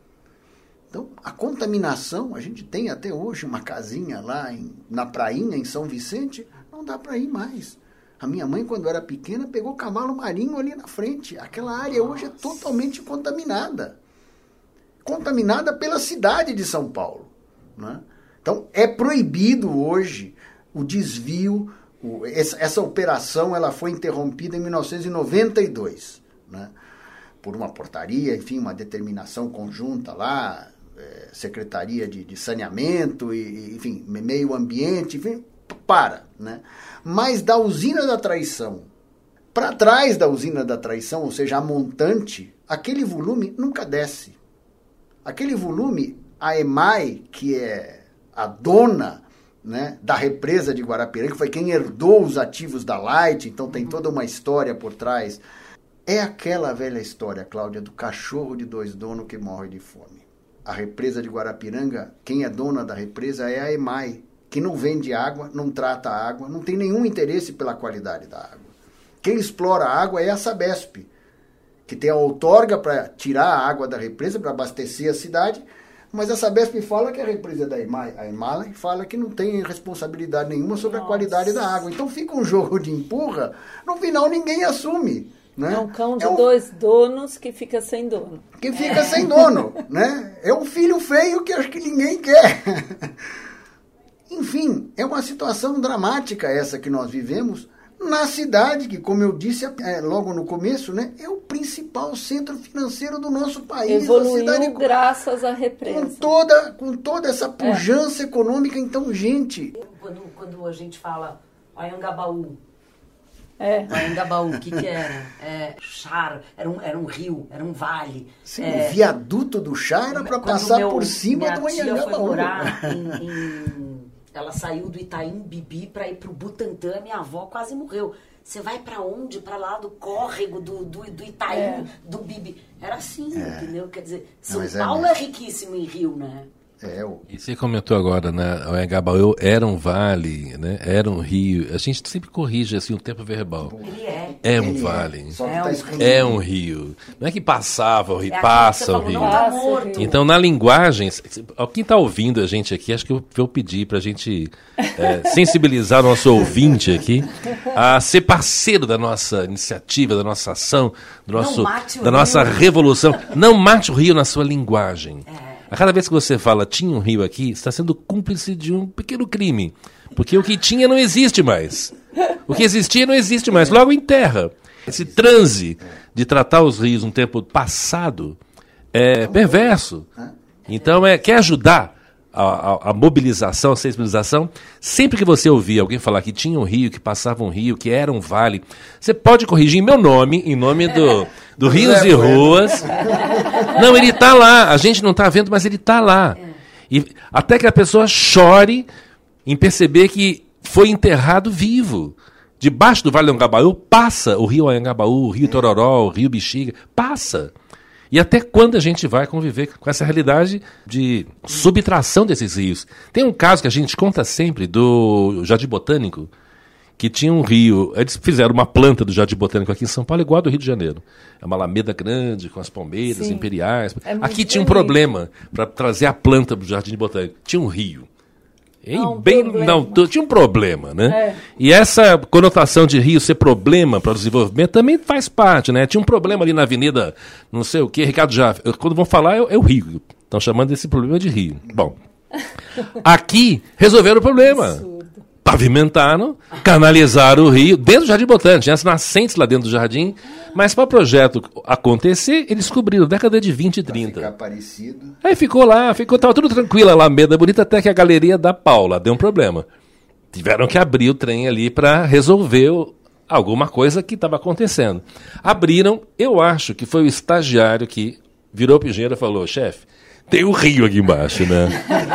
Então, a contaminação, a gente tem até hoje uma casinha lá na prainha, em São Vicente, não dá para ir mais. A minha mãe, quando era pequena, pegou cavalo marinho ali na frente. Aquela área hoje é totalmente contaminada. Contaminada pela cidade de São Paulo. Né? Então, é proibido hoje o desvio. Essa operação ela foi interrompida em 1992. Né? Por uma portaria, enfim, uma determinação conjunta lá, Secretaria de Saneamento, enfim, Meio Ambiente, enfim, né? Mas da usina da Traição, para trás da usina da Traição, ou seja, a montante, aquele volume nunca desce. Aquele volume, a EMAI, que é a dona, né, da represa de Guarapiranga, que foi quem herdou os ativos da Light, então tem toda uma história por trás. É aquela velha história, Cláudia, do cachorro de 2 donos que morre de fome. A represa de Guarapiranga, quem é dona da represa é a EMAI, que não vende água, não trata a água, não tem nenhum interesse pela qualidade da água. Quem explora a água é a Sabesp, que tem a outorga para tirar a água da represa, para abastecer a cidade, mas a Sabesp fala que a represa é da EMAI. A EMAI fala que não tem responsabilidade nenhuma sobre a qualidade da água. Então fica um jogo de empurra, no final ninguém assume. Né? É um cão de 2 donos que fica sem dono. Que fica sem dono. Né? É um filho feio que acho que ninguém quer. Enfim, é uma situação dramática essa que nós vivemos na cidade, que, como eu disse logo no começo, né, é o principal centro financeiro do nosso país. Evoluiu a cidade, graças à represa. Com toda essa pujança econômica. Então, gente... Quando a gente fala Anhangabaú, Anhangabaú, o que era? Char, era um rio, era um vale. Sim, o viaduto do Char era para passar por cima do Anhangabaú. Minha tia foi morar ela saiu do Itaim Bibi para ir pro Butantã, minha avó quase morreu. Você vai para onde? Para lá do córrego, do Itaim, do Bibi. Era assim, entendeu? Quer dizer, São Paulo é riquíssimo em rio, né? E você comentou agora, né? O Anhangabaú era um vale, né? Era um rio. A gente sempre corrige assim o tempo verbal. Ele é. É um vale. É um rio. Não é que passava o rio, passa o rio. Tá morto. Então, na linguagem, quem está ouvindo a gente aqui, acho que eu vou pedir para a gente sensibilizar o nosso ouvinte aqui a ser parceiro da nossa iniciativa, da nossa ação, da nossa revolução. Não mate o rio na sua linguagem. A cada vez que você fala, tinha um rio aqui, você está sendo cúmplice de um pequeno crime. Porque o que tinha não existe mais. O que existia não existe mais. Logo enterra. Esse transe de tratar os rios no tempo passado é perverso. Então, quer ajudar a mobilização, a sensibilização. Sempre que você ouvir alguém falar que tinha um rio, que passava um rio, que era um vale, você pode corrigir em meu nome, em nome do Rios e Ruas. Não, ele está lá. A gente não está vendo, mas ele está lá. E até que a pessoa chore em perceber que foi enterrado vivo. Debaixo do Vale do Anhangabaú passa o rio Anhangabaú, o rio Tororó, o rio Bexiga. Passa. E até quando a gente vai conviver com essa realidade de subtração desses rios? Tem um caso que a gente conta sempre do Jardim Botânico, que tinha um rio. Eles fizeram uma planta do Jardim Botânico aqui em São Paulo, igual a do Rio de Janeiro. É uma alameda grande, com as palmeiras imperiais. Aqui tinha um problema para trazer a planta do Jardim Botânico. Tinha um rio. Tinha um problema, né? E essa conotação de rio ser problema para o desenvolvimento também faz parte, né? Tinha um problema ali na avenida, não sei o quê, Ricardo Jaffe. Quando vão falar, é o rio. Estão chamando esse problema de rio. Bom, aqui resolveram o problema. pavimentaram, canalizaram o rio dentro do Jardim Botânico, tinha as nascentes lá dentro do jardim, mas para o projeto acontecer, eles cobriram década de 20 e 30. Ficar parecido. Aí tava tudo tranquilo, a Alameda bonita, até que a galeria da Paula deu um problema. Tiveram que abrir o trem ali para resolver alguma coisa que estava acontecendo. Abriram, eu acho que foi o estagiário que virou pro engenheiro e falou: chefe, tem um rio aqui embaixo, né?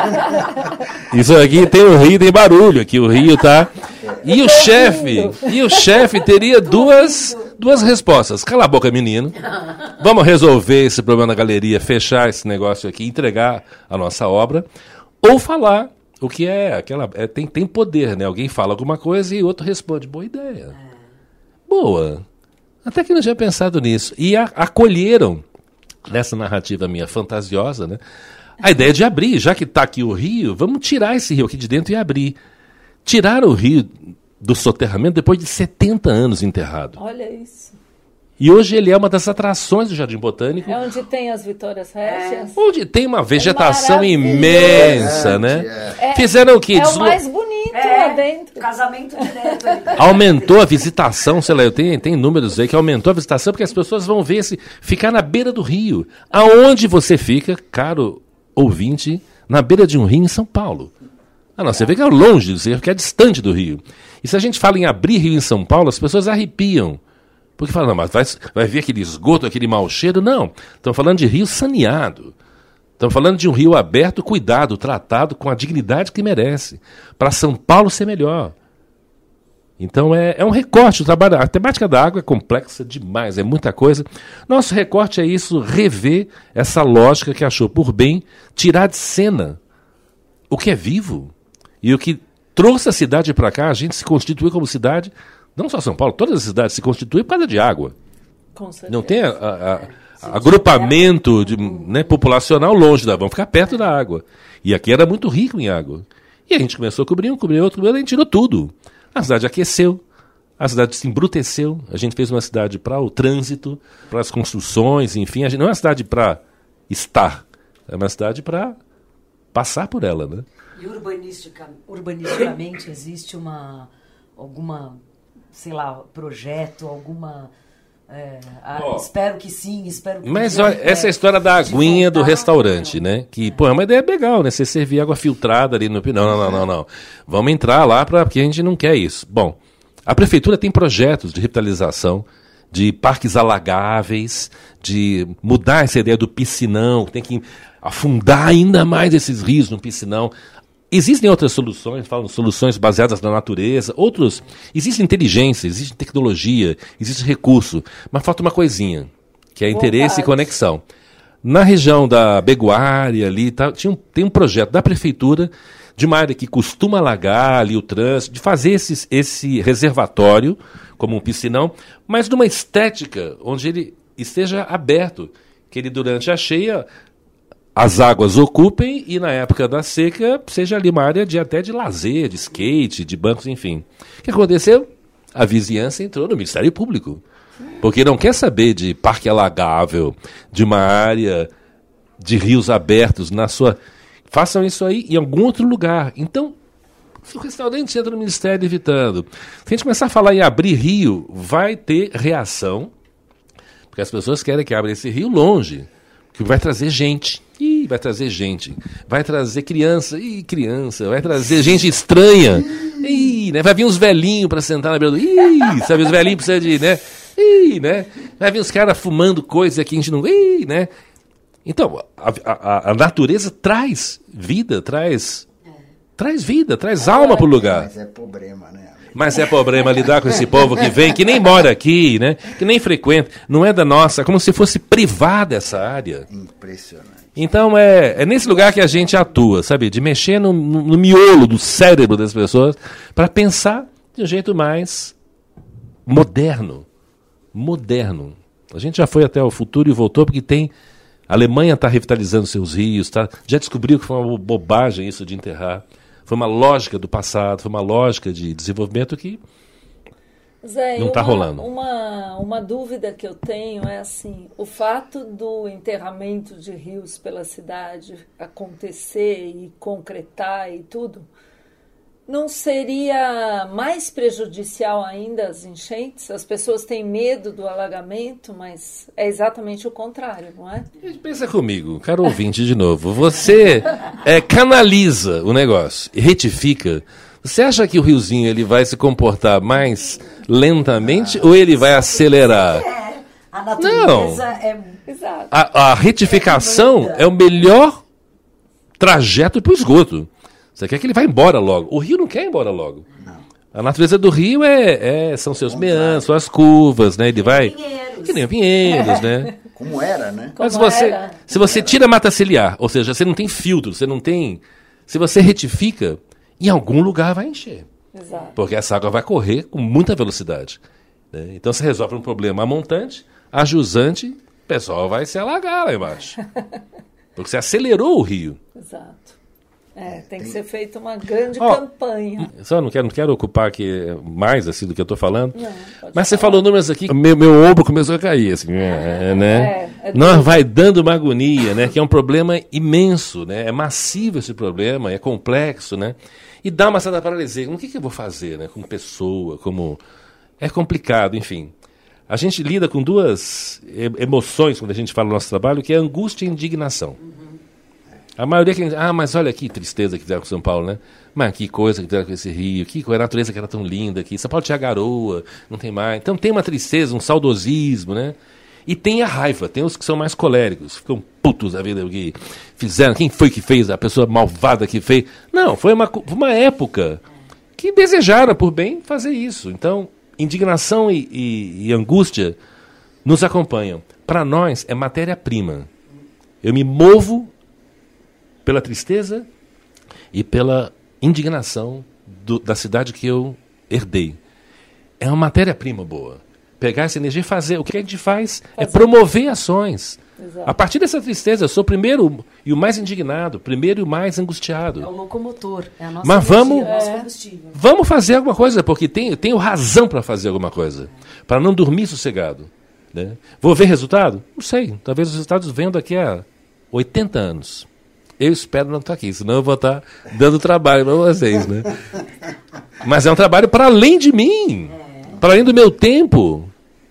Isso aqui tem um rio, tem barulho aqui, o rio tá... E o chefe teria duas respostas. Cala a boca, menino. Vamos resolver esse problema na galeria, fechar esse negócio aqui, entregar a nossa obra. Ou falar o que é aquela... tem poder, né? Alguém fala alguma coisa e o outro responde. Boa ideia. Boa. Até que não tinha pensado nisso. E acolheram, nessa narrativa minha fantasiosa, né? A ideia de abrir, já que está aqui o rio, vamos tirar esse rio aqui de dentro e abrir. Tiraram o rio do soterramento depois de 70 anos enterrado. Olha isso. E hoje ele é uma das atrações do Jardim Botânico. É onde tem as Vitórias Régias. Onde tem uma vegetação imensa, né? Fizeram o quê? É o mais bonito lá dentro. Casamento direto ali. Aumentou a visitação, sei lá, tem números aí que aumentou a visitação porque as pessoas vão ver ficar na beira do rio. Aonde você fica, caro ouvinte, na beira de um rio em São Paulo. Não, você vê que é longe, você vê que é distante do rio. E se a gente fala em abrir rio em São Paulo, as pessoas arrepiam. Porque falam, não, mas vai vir aquele esgoto, aquele mau cheiro? Não, estamos falando de rio saneado. Estamos falando de um rio aberto, cuidado, tratado com a dignidade que merece. Para São Paulo ser melhor. Então é um recorte. A temática da água é complexa demais, é muita coisa. Nosso recorte é isso, rever essa lógica que achou por bem tirar de cena o que é vivo. E o que trouxe a cidade para cá, a gente se constituiu como cidade, não só São Paulo, todas as cidades se constituem por causa de água. Com certeza. Não tem agrupamento populacional longe da água, vamos ficar perto da água. E aqui era muito rico em água. E a gente começou a cobrir outro, a gente tirou tudo. A cidade aqueceu, a cidade se embruteceu, a gente fez uma cidade para o trânsito, para as construções, enfim, a gente não é uma cidade para estar, é uma cidade para passar por ela, né? E urbanisticamente existe alguma, sei lá, projeto, alguma... espero que sim, espero que... Mas olha, essa é a história da aguinha do restaurante, né? Que, é uma ideia legal, né? Você servir água filtrada ali no... Não. Vamos entrar lá porque a gente não quer isso. Bom, a prefeitura tem projetos de revitalização, de parques alagáveis, de mudar essa ideia do piscinão, tem que afundar ainda mais esses rios no piscinão. Existem outras soluções, falam soluções baseadas na natureza, existe inteligência, existe tecnologia, existe recurso, mas falta uma coisinha, que é interesse e conexão. Na região da Beguária ali, tem um projeto da prefeitura de uma área que costuma alagar ali o trânsito, de fazer esse reservatório, como um piscinão, mas numa estética onde ele esteja aberto, que ele durante a cheia as águas ocupem e na época da seca seja ali uma área até de lazer, de skate, de bancos, enfim. O que aconteceu? A vizinhança entrou no Ministério Público, porque não quer saber de parque alagável, de uma área de rios abertos na sua... Façam isso aí em algum outro lugar. Então, se o restaurante entra no Ministério evitando, se a gente começar a falar em abrir rio, vai ter reação, porque as pessoas querem que abra esse rio longe, que vai trazer gente. Vai trazer gente. Vai trazer criança. Vai trazer gente estranha. Né? Vai vir uns velhinhos para sentar na beira do... sabe, os velhinhos precisam de... né? Vai vir uns caras fumando coisa que a gente não... né? Então, a natureza traz vida, traz vida, traz alma pro lugar. Mas é problema, né? Mas é problema lidar com esse povo que vem, que nem mora aqui, né? Que nem frequenta, não é da nossa, é como se fosse privada essa área. Impressionante. Então é nesse lugar que a gente atua, sabe? De mexer no miolo do cérebro das pessoas para pensar de um jeito mais moderno. A gente já foi até o futuro e voltou porque a Alemanha está revitalizando seus rios, já descobriu que foi uma bobagem isso de enterrar. Foi uma lógica do passado, foi uma lógica de desenvolvimento que Zé, não está rolando. Uma dúvida que eu tenho é assim, o fato do enterramento de rios pela cidade acontecer e concretar e tudo, não seria mais prejudicial ainda as enchentes? As pessoas têm medo do alagamento, mas é exatamente o contrário, não é? Pensa comigo, caro ouvinte, de novo. Você canaliza o negócio e retifica. Você acha que o riozinho ele vai se comportar mais lentamente ou ele vai acelerar? A natureza Exato. A retificação é o melhor trajeto para o esgoto. Você quer que ele vá embora logo. O rio não quer ir embora logo. Não. A natureza do rio são seus meandros, suas curvas, né? Ele vai... Que nem Pinheiros, né? Como era, né? Mas se você tira a mata ciliar, ou seja, você não tem filtro, você não tem... Se você retifica, em algum lugar vai encher. Exato. Porque essa água vai correr com muita velocidade. Né? Então você resolve um problema montante, a jusante, o pessoal vai se alagar lá embaixo. Porque você acelerou o rio. Exato. Tem que ser feita uma grande campanha. Só não quero ocupar aqui mais assim do que eu estou falando. Não, mas você falou números aqui, meu ombro começou a cair, assim, né? Não, vai dando uma agonia, né? Que é um problema imenso, né? É massivo esse problema, é complexo, né? E dá uma certa paralisia. O que eu vou fazer, né? Como pessoa, como... É complicado, enfim. A gente lida com duas emoções quando a gente fala no nosso trabalho, que é angústia e indignação. A maioria que... mas olha que tristeza que fizeram com São Paulo, né? Mas que coisa que fizeram com esse rio, que a natureza que era tão linda aqui. São Paulo tinha garoa, não tem mais. Então tem uma tristeza, um saudosismo, né? E tem a raiva, tem os que são mais coléricos, ficam putos da vida, que fizeram, quem foi que fez, a pessoa malvada que fez. Não, foi uma época que desejaram, por bem, fazer isso. Então, indignação e angústia nos acompanham. Para nós, é matéria-prima. Eu me movo pela tristeza e pela indignação da cidade que eu herdei. É uma matéria-prima boa. Pegar essa energia e fazer. O que a gente faz é promover ações. Exato. A partir dessa tristeza, eu sou o primeiro e o mais indignado, primeiro e o mais angustiado. É o locomotor, é a nossa Mas energia, o nosso combustível. Vamos fazer alguma coisa, porque tenho razão para fazer alguma coisa. Para não dormir sossegado. Né? Vou ver resultado? Não sei. Talvez os resultados venham daqui a 80 anos. Eu espero não estar aqui, senão eu vou estar dando trabalho para vocês, né? Mas é um trabalho para além de mim, para além do meu tempo.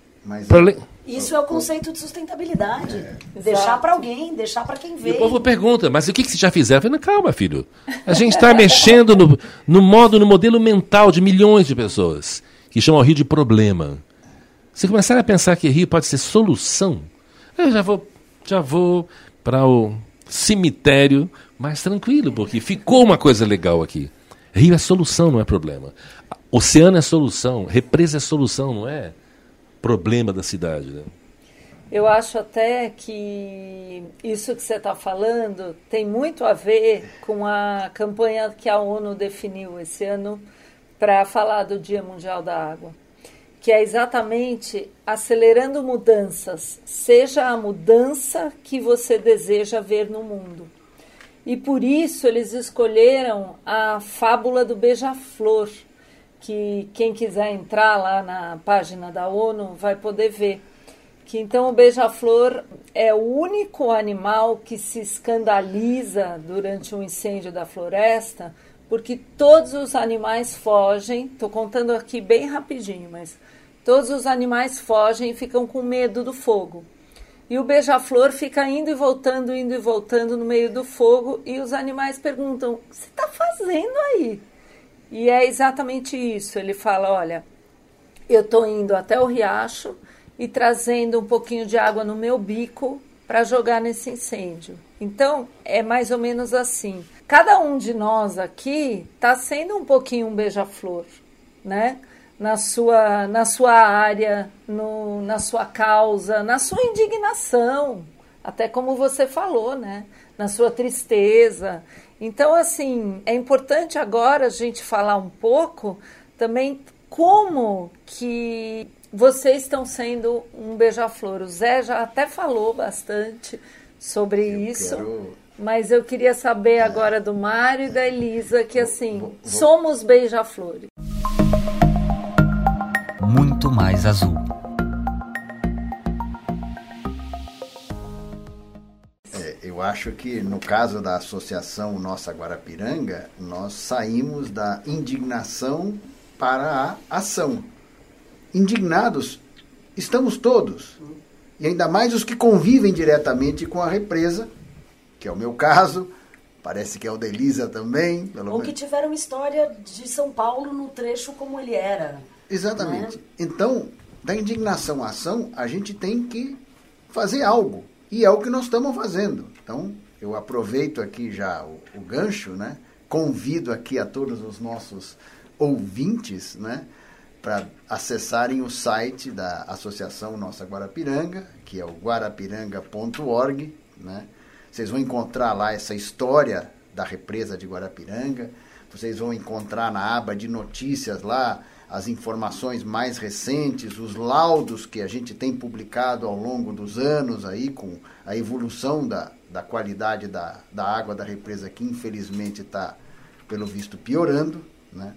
Isso é o conceito de sustentabilidade. Deixar para alguém, deixar para quem vê. O povo pergunta, mas o que você já fizeram? Eu falei, calma, filho. A gente está mexendo no modelo mental de milhões de pessoas, que chamam o rio de problema. Se começar a pensar que rio pode ser solução, eu já vou para o cemitério mais tranquilo, porque ficou uma coisa legal aqui. Rio é solução, não é problema. Oceano é solução, represa é solução, não é problema da cidade. Né? Eu acho até que isso que você está falando tem muito a ver com a campanha que a ONU definiu esse ano para falar do Dia Mundial da Água, que é exatamente acelerando mudanças, seja a mudança que você deseja ver no mundo. E por isso eles escolheram a fábula do beija-flor, que quem quiser entrar lá na página da ONU vai poder ver. Que então o beija-flor é o único animal que se escandaliza durante um incêndio da floresta, porque todos os animais fogem, estou contando aqui bem rapidinho, mas todos os animais fogem e ficam com medo do fogo. E o beija-flor fica indo e voltando no meio do fogo, e os animais perguntam, o que você está fazendo aí? E é exatamente isso, ele fala, olha, eu estou indo até o riacho e trazendo um pouquinho de água no meu bico para jogar nesse incêndio. Então, é mais ou menos assim. Cada um de nós aqui está sendo um pouquinho um beija-flor, né? Na sua área, na sua causa, na sua indignação, até como você falou, né? Na sua tristeza. Então, assim, é importante agora a gente falar um pouco também como que vocês estão sendo um beija-flor. O Zé já até falou bastante sobre isso, mas eu queria saber agora do Mário e da Elisa que, assim, somos beija-flores. Muito mais azul. Eu acho que no caso da Associação Nossa Guarapiranga, nós saímos da indignação para a ação. Indignados estamos todos, e ainda mais os que convivem diretamente com a represa, que é o meu caso, parece que é o da Elisa também. Ou que tiveram história de São Paulo no trecho como ele era. Exatamente. Né? Então, da indignação à ação, a gente tem que fazer algo. E é o que nós estamos fazendo. Então, eu aproveito aqui já o gancho, né? Convido aqui a todos os nossos ouvintes, né? Para acessarem o site da Associação Nossa Guarapiranga, que é o guarapiranga.org, né? Vocês vão encontrar lá essa história da represa de Guarapiranga, vocês vão encontrar na aba de notícias lá as informações mais recentes, os laudos que a gente tem publicado ao longo dos anos aí, com a evolução da qualidade da água da represa, que infelizmente está, pelo visto, piorando, né?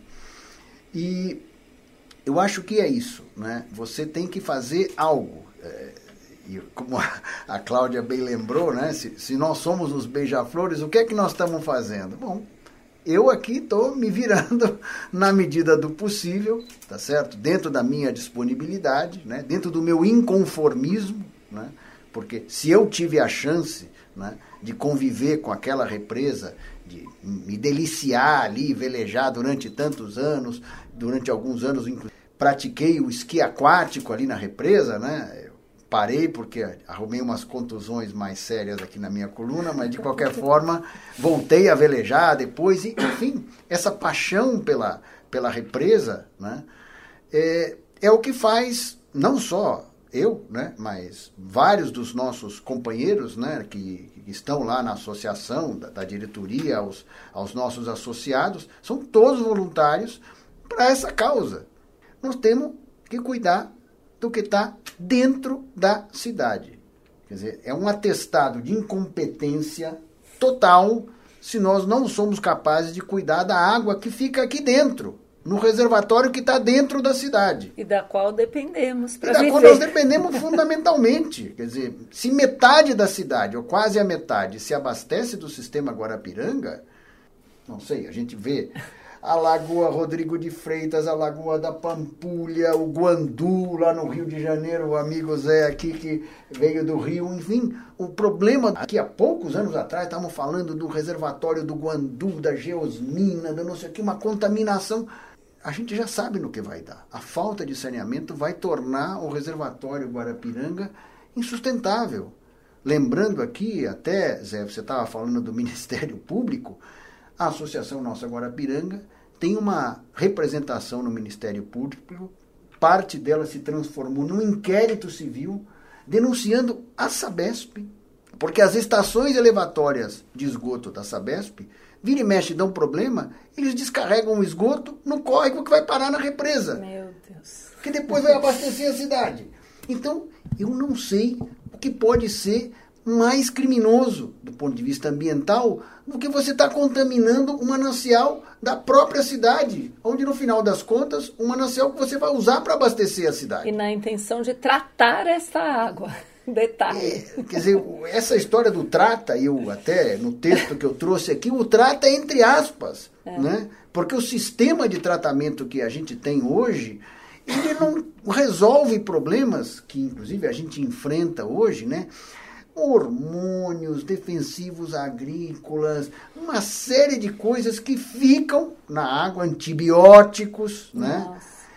E eu acho que é isso, né? Você tem que fazer algo. E como a Cláudia bem lembrou, né? Se nós somos os beija-flores, o que é que nós estamos fazendo? Bom, eu aqui estou me virando na medida do possível, tá certo? Dentro da minha disponibilidade, né? Dentro do meu inconformismo, né? Porque se eu tive a chance, né, de conviver com aquela represa, de me deliciar ali, velejar durante tantos anos, durante alguns anos, inclusive, pratiquei o esqui aquático ali na represa, né? Parei porque arrumei umas contusões mais sérias aqui na minha coluna, mas de qualquer forma voltei a velejar depois. E, enfim, essa paixão pela represa, né, é o que faz, não só eu, né, mas vários dos nossos companheiros, né, que estão lá na associação, da diretoria, aos nossos associados, são todos voluntários para essa causa. Nós temos que cuidar do que está dentro da cidade. Quer dizer, é um atestado de incompetência total se nós não somos capazes de cuidar da água que fica aqui dentro, no reservatório que está dentro da cidade. E da qual dependemos para viver. E da qual nós dependemos fundamentalmente. Quer dizer, se metade da cidade, ou quase a metade, se abastece do sistema Guarapiranga, não sei, a gente vê a Lagoa Rodrigo de Freitas, a Lagoa da Pampulha, o Guandu, lá no Rio de Janeiro, o amigo Zé aqui que veio do Rio, enfim, o problema, aqui há poucos anos atrás, estávamos falando do reservatório do Guandu, da geosmina, da não sei o que, uma contaminação, a gente já sabe no que vai dar. A falta de saneamento vai tornar o reservatório Guarapiranga insustentável. Lembrando aqui, até, Zé, você estava falando do Ministério Público, a Associação Nossa Guarapiranga tem uma representação no Ministério Público, parte dela se transformou num inquérito civil denunciando a Sabesp, porque as estações elevatórias de esgoto da Sabesp, vira e mexe, dão problema, eles descarregam o esgoto no córrego que vai parar na represa. Meu Deus. Que depois vai abastecer a cidade. Então, eu não sei o que pode ser mais criminoso do ponto de vista ambiental do que você está contaminando um manancial da própria cidade, onde no final das contas, um manancial que você vai usar para abastecer a cidade. E na intenção de tratar essa água. Detalhe. Quer dizer, essa história do trata, eu até no texto que eu trouxe aqui, o trata é entre aspas, né? Porque o sistema de tratamento que a gente tem hoje, ele não resolve problemas que inclusive a gente enfrenta hoje, né? Hormônios, defensivos agrícolas, uma série de coisas que ficam na água, antibióticos, né?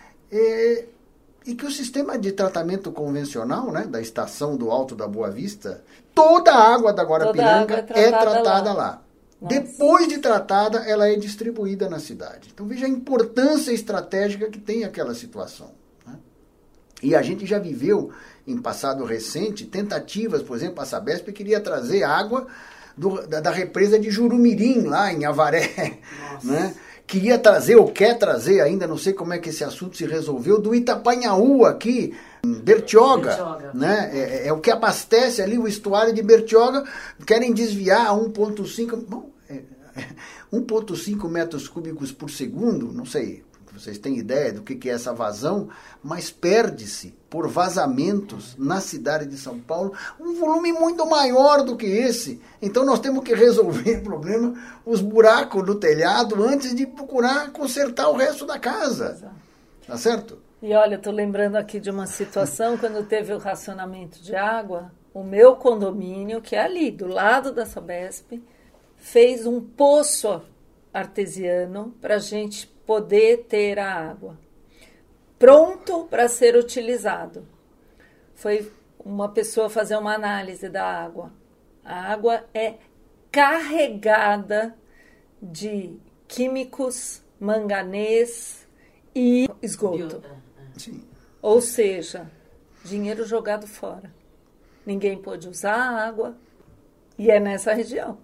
E que o sistema de tratamento convencional, né, da estação do Alto da Boa Vista, toda a água da Guarapiranga é tratada lá. Depois de tratada, ela é distribuída na cidade. Então veja a importância estratégica que tem aquela situação, né? E a gente já viveu, em passado recente, tentativas, por exemplo, a Sabesp queria trazer água da represa de Jurumirim, lá em Avaré, né? Queria trazer, ou quer trazer, ainda não sei como é que esse assunto se resolveu, do Itapanhaú aqui, em Bertioga. Né? É o que abastece ali o estuário de Bertioga, querem desviar a 1,5 metros cúbicos por segundo, não sei, vocês têm ideia do que é essa vazão, mas perde-se por vazamentos na cidade de São Paulo um volume muito maior do que esse. Então nós temos que resolver o problema, os buracos no telhado, antes de procurar consertar o resto da casa. Tá certo? E olha, estou lembrando aqui de uma situação, quando teve o racionamento de água, o meu condomínio, que é ali, do lado da Sabesp, fez um poço artesiano para a gente poder ter a água pronto para ser utilizado. Foi uma pessoa fazer uma análise da água. A água é carregada de químicos, manganês e esgoto. Sim. Ou seja, dinheiro jogado fora. Ninguém pôde usar a água e é nessa região.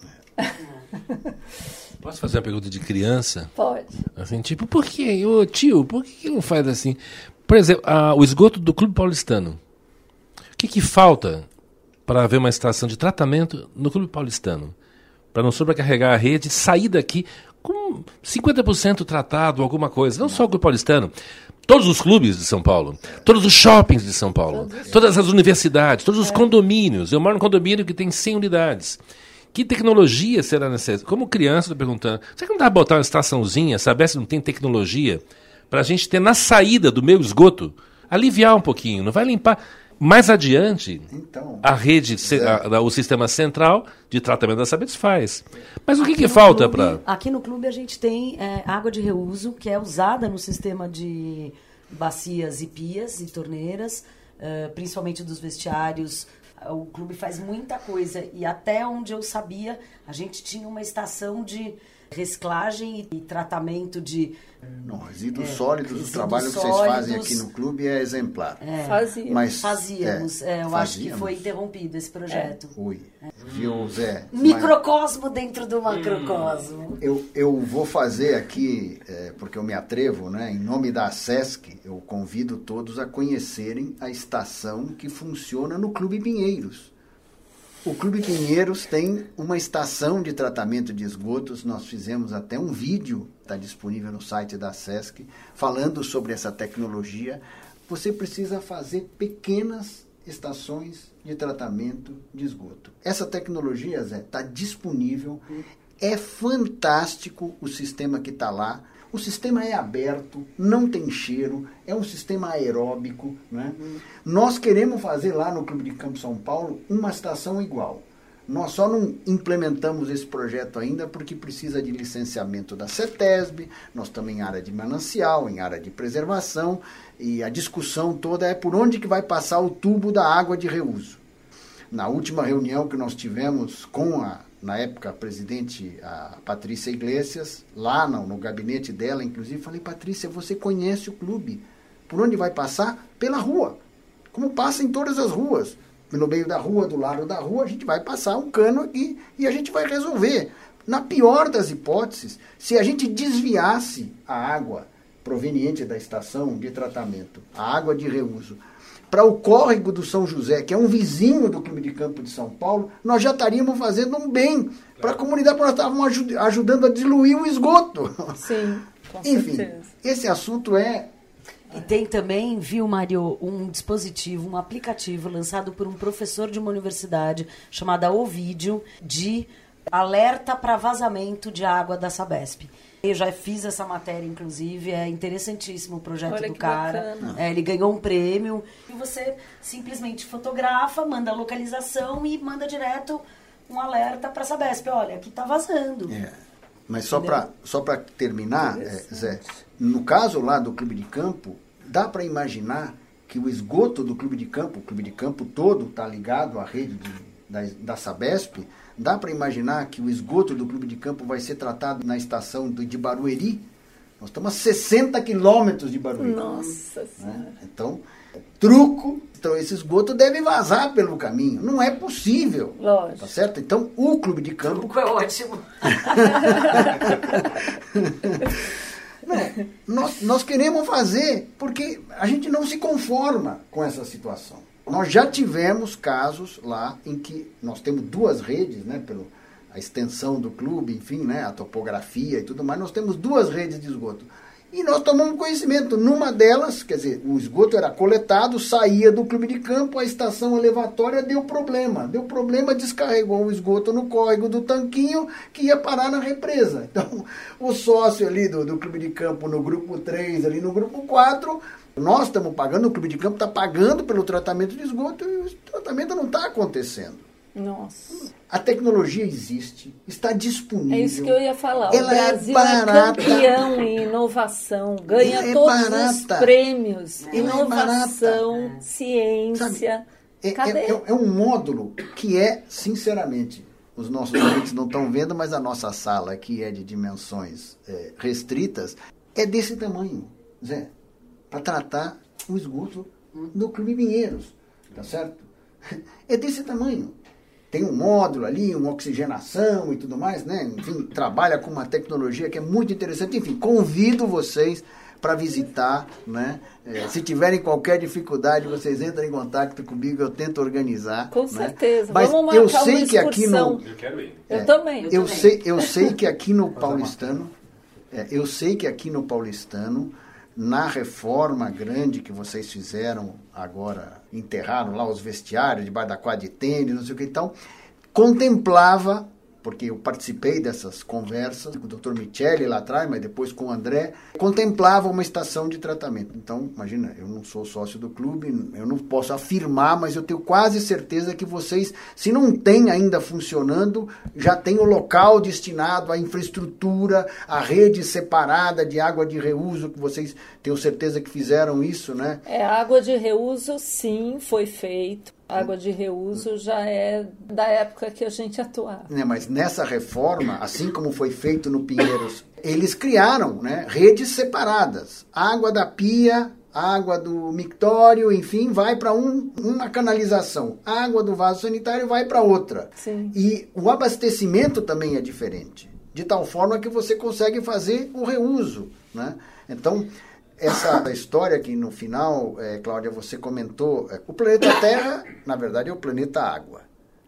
Posso fazer uma pergunta de criança? Pode. Assim, tipo, por que, ô tio, por que não faz assim? Por exemplo, o esgoto do Clube Paulistano. O que falta para haver uma estação de tratamento no Clube Paulistano? Para não sobrecarregar a rede, sair daqui com 50% tratado, alguma coisa. Não só o Clube Paulistano. Todos os clubes de São Paulo, todos os shoppings de São Paulo, todas as universidades, todos os condomínios. Eu moro num condomínio que tem 100 unidades. Que tecnologia será necessária? Como criança, estou perguntando, será que não dá para botar uma estaçãozinha, saber se não tem tecnologia, para a gente ter na saída do meu esgoto, aliviar um pouquinho, não vai limpar. Mais adiante, então, a rede, o sistema central de tratamento da Sabesp faz. Mas o que falta para... Aqui no clube a gente tem água de reuso, que é usada no sistema de bacias e pias e torneiras, principalmente dos vestiários. O clube faz muita coisa e até onde eu sabia, a gente tinha uma estação de reciclagem e tratamento de... Não, resíduos sólidos, o trabalho que vocês fazem aqui no clube é exemplar. Fazíamos. Eu acho que foi interrompido esse projeto. Viu, Zé? Microcosmo dentro do macrocosmo. Eu vou fazer aqui, porque eu me atrevo, né? Em nome da SESC, eu convido todos a conhecerem a estação que funciona no Clube Pinheiros. O Clube Pinheiros tem uma estação de tratamento de esgotos. Nós fizemos até um vídeo, está disponível no site da SESC, falando sobre essa tecnologia. Você precisa fazer pequenas estações de tratamento de esgoto. Essa tecnologia, Zé, está disponível. É fantástico o sistema que está lá. O sistema é aberto, não tem cheiro, é um sistema aeróbico, né? Nós queremos fazer lá no Clube de Campo São Paulo uma estação igual. Nós só não implementamos esse projeto ainda porque precisa de licenciamento da CETESB, nós estamos em área de manancial, em área de preservação, e a discussão toda é por onde que vai passar o tubo da água de reuso. Na última reunião que nós tivemos com na época, a presidente, a Patrícia Iglesias, lá no gabinete dela, inclusive, falei, Patrícia, você conhece o clube. Por onde vai passar? Pela rua. Como passa em todas as ruas. No meio da rua, do lado da rua, a gente vai passar um cano aqui e a gente vai resolver. Na pior das hipóteses, se a gente desviasse a água proveniente da estação de tratamento, a água de reuso, para o córrego do São José, que é um vizinho do Clube de Campo de São Paulo, nós já estaríamos fazendo um bem para a comunidade, porque nós estávamos ajudando a diluir o esgoto. Sim, com Enfim, certeza. Esse assunto é... E tem também, viu, Mário, um dispositivo, um aplicativo lançado por um professor de uma universidade chamada Ovídio, de alerta para vazamento de água da Sabesp. Eu já fiz essa matéria, inclusive, é interessantíssimo o projeto do cara. Ele ganhou um prêmio. E você simplesmente fotografa, manda a localização e manda direto um alerta para a Sabesp. Olha, aqui está vazando. Mas só para terminar, Zé, no caso lá do Clube de Campo, dá para imaginar que o esgoto do Clube de Campo, o Clube de Campo todo está ligado à rede da Sabesp. Dá para imaginar que o esgoto do Clube de Campo vai ser tratado na estação de Barueri? Nós estamos a 60 quilômetros de Barueri. Nossa Senhora. Então, truco. Então, esse esgoto deve vazar pelo caminho. Não é possível. Lógico. Tá certo? Então, o Clube de Campo... Truco é ótimo. Nós queremos fazer porque a gente não se conforma com essa situação. Nós já tivemos casos lá em que nós temos duas redes, né, a extensão do clube, enfim, né, a topografia e tudo mais, nós temos duas redes de esgoto. E nós tomamos conhecimento. Numa delas, quer dizer, o esgoto era coletado, saía do clube de campo, a estação elevatória deu problema. Deu problema, descarregou o esgoto no córrego do tanquinho, que ia parar na represa. Então, o sócio ali do clube de campo no grupo 3, ali no grupo 4, nós estamos pagando, o clube de campo está pagando pelo tratamento de esgoto e o tratamento não está acontecendo. Nossa. A tecnologia existe, está disponível. É isso que eu ia falar. Ela o Brasil é campeão em inovação, ganha todos os prêmios. Inovação, ciência. Sabe, é um módulo que sinceramente, os nossos ouvintes não estão vendo, mas a nossa sala, que é de dimensões restritas, é desse tamanho, Zé, para tratar o esgoto no Clube Pinheiros, tá certo? É desse tamanho. Tem um módulo ali, uma oxigenação e tudo mais, né? Enfim, trabalha com uma tecnologia que é muito interessante. Enfim, convido vocês para visitar, né? Se tiverem qualquer dificuldade, vocês entram em contato comigo, eu tento organizar. Com certeza. Mas vamos marcar eu sei uma que aqui excursão. Eu quero ir. Eu também. Eu sei que aqui no Paulistano, na reforma grande que vocês fizeram agora, enterraram lá os vestiários debaixo da quadra de tênis, não sei o que e tal, contemplava, porque eu participei dessas conversas com o Dr. Michele lá atrás, mas depois com o André, contemplava uma estação de tratamento. Então, imagina, eu não sou sócio do clube, eu não posso afirmar, mas eu tenho quase certeza que vocês, se não tem ainda funcionando, já tem o local destinado à infraestrutura, à rede separada de água de reuso, que vocês tenho certeza que fizeram isso, né? Água de reuso, sim, foi feito. Água de reuso já é da época que a gente atuava. Mas nessa reforma, assim como foi feito no Pinheiros, eles criaram, né, redes separadas. Água da pia, água do mictório, enfim, vai para uma canalização. Água do vaso sanitário vai para outra. Sim. E o abastecimento também é diferente. De tal forma que você consegue fazer o reuso, né? Então, essa história que no final, Cláudia, você comentou, o planeta Terra, na verdade, é o planeta Água.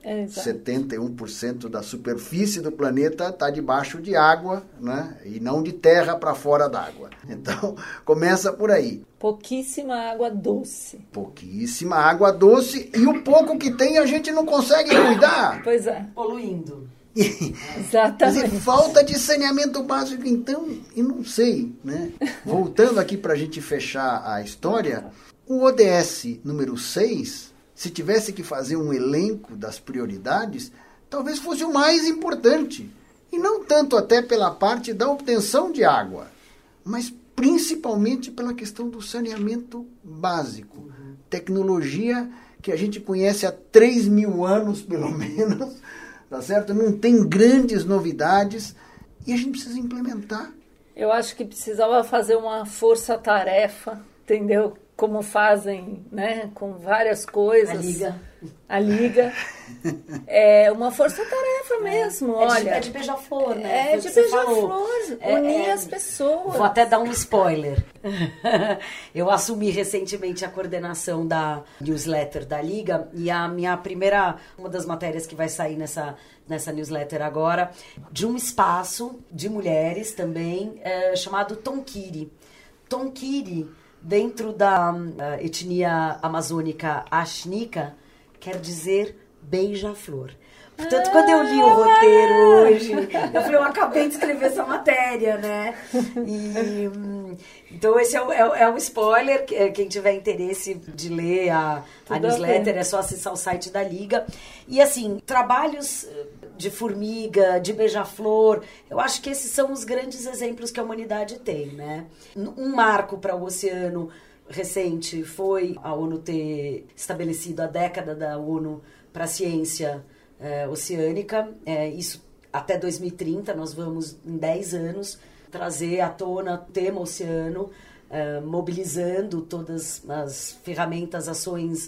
71% da superfície do planeta está debaixo de água, né? E não de terra para fora d'água. Então, começa por aí. Pouquíssima água doce. Pouquíssima água doce e o pouco que tem a gente não consegue cuidar. Pois é. Poluindo. Exatamente. Quer dizer, falta de saneamento básico, então, e não sei, né? Voltando aqui para a gente fechar a história, o ODS número 6, se tivesse que fazer um elenco das prioridades, talvez fosse o mais importante. E não tanto até pela parte da obtenção de água, mas principalmente pela questão do saneamento básico. Tecnologia que a gente conhece há 3.000 anos, pelo menos, tá certo? Não tem grandes novidades e a gente precisa implementar. Eu acho que precisava fazer uma força-tarefa, entendeu? Como fazem, né? Com várias coisas. A Liga. É uma força-tarefa mesmo, olha. É de beija-flor, né? É de beija-flor, unir as pessoas. Vou até dar um spoiler. Eu assumi recentemente a coordenação da newsletter da Liga e a minha uma das matérias que vai sair nessa newsletter agora, de um espaço de mulheres também, chamado Tonkiri. Tonkiri, dentro da etnia amazônica Axnica, quer dizer beija-flor. Portanto, quando eu li o roteiro hoje, eu falei, eu acabei de escrever essa matéria, né? Então, esse é um spoiler. Quem tiver interesse de ler a newsletter, é só acessar o site da Liga. E, assim, trabalhos de formiga, de beija-flor, eu acho que esses são os grandes exemplos que a humanidade tem, né? Um marco para o oceano recente foi a ONU ter estabelecido a década da ONU para a ciência oceânica. Isso até 2030, nós vamos, em 10 anos, trazer à tona o tema oceano, mobilizando todas as ferramentas, ações,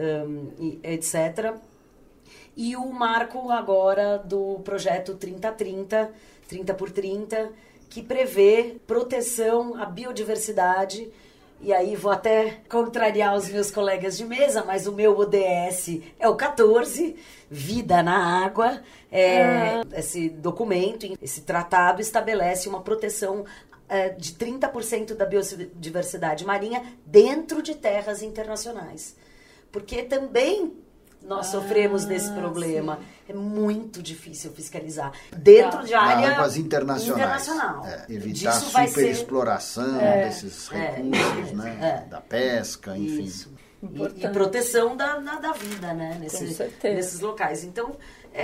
etc. E o marco agora do projeto 3030, 30 por 30, que prevê proteção à biodiversidade. E aí vou até contrariar os meus colegas de mesa, mas o meu ODS é o 14, Vida na Água. Esse documento, esse tratado estabelece uma proteção de 30% da biodiversidade marinha dentro de terras internacionais. Porque também nós sofremos desse problema. Sim. É muito difícil fiscalizar. Dentro de área águas internacional. Evitar superexploração desses recursos, né? Da pesca, enfim. Isso. E proteção da vida, né? Nesses locais. Então,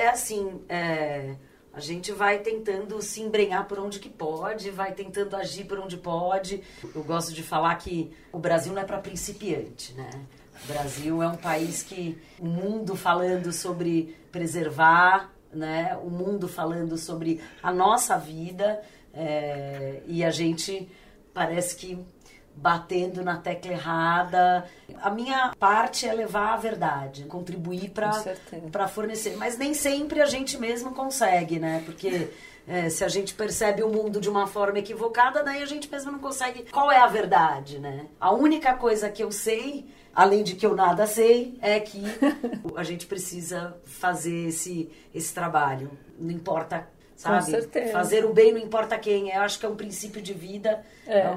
a gente vai tentando se embrenhar por onde que pode, vai tentando agir por onde pode. Eu gosto de falar que o Brasil não é para principiante, né? O Brasil é um país que o mundo falando sobre preservar, né? O mundo falando sobre a nossa vida, e a gente parece que batendo na tecla errada. A minha parte é levar a verdade, contribuir para fornecer. Mas nem sempre a gente mesmo consegue, né? Porque se a gente percebe o mundo de uma forma equivocada, daí a gente mesmo não consegue. Qual é a verdade, né? A única coisa que eu sei, além de que eu nada sei, é que a gente precisa fazer esse trabalho. Não importa, sabe? Com certeza. Fazer o bem não importa quem. Eu acho que é um princípio de vida, é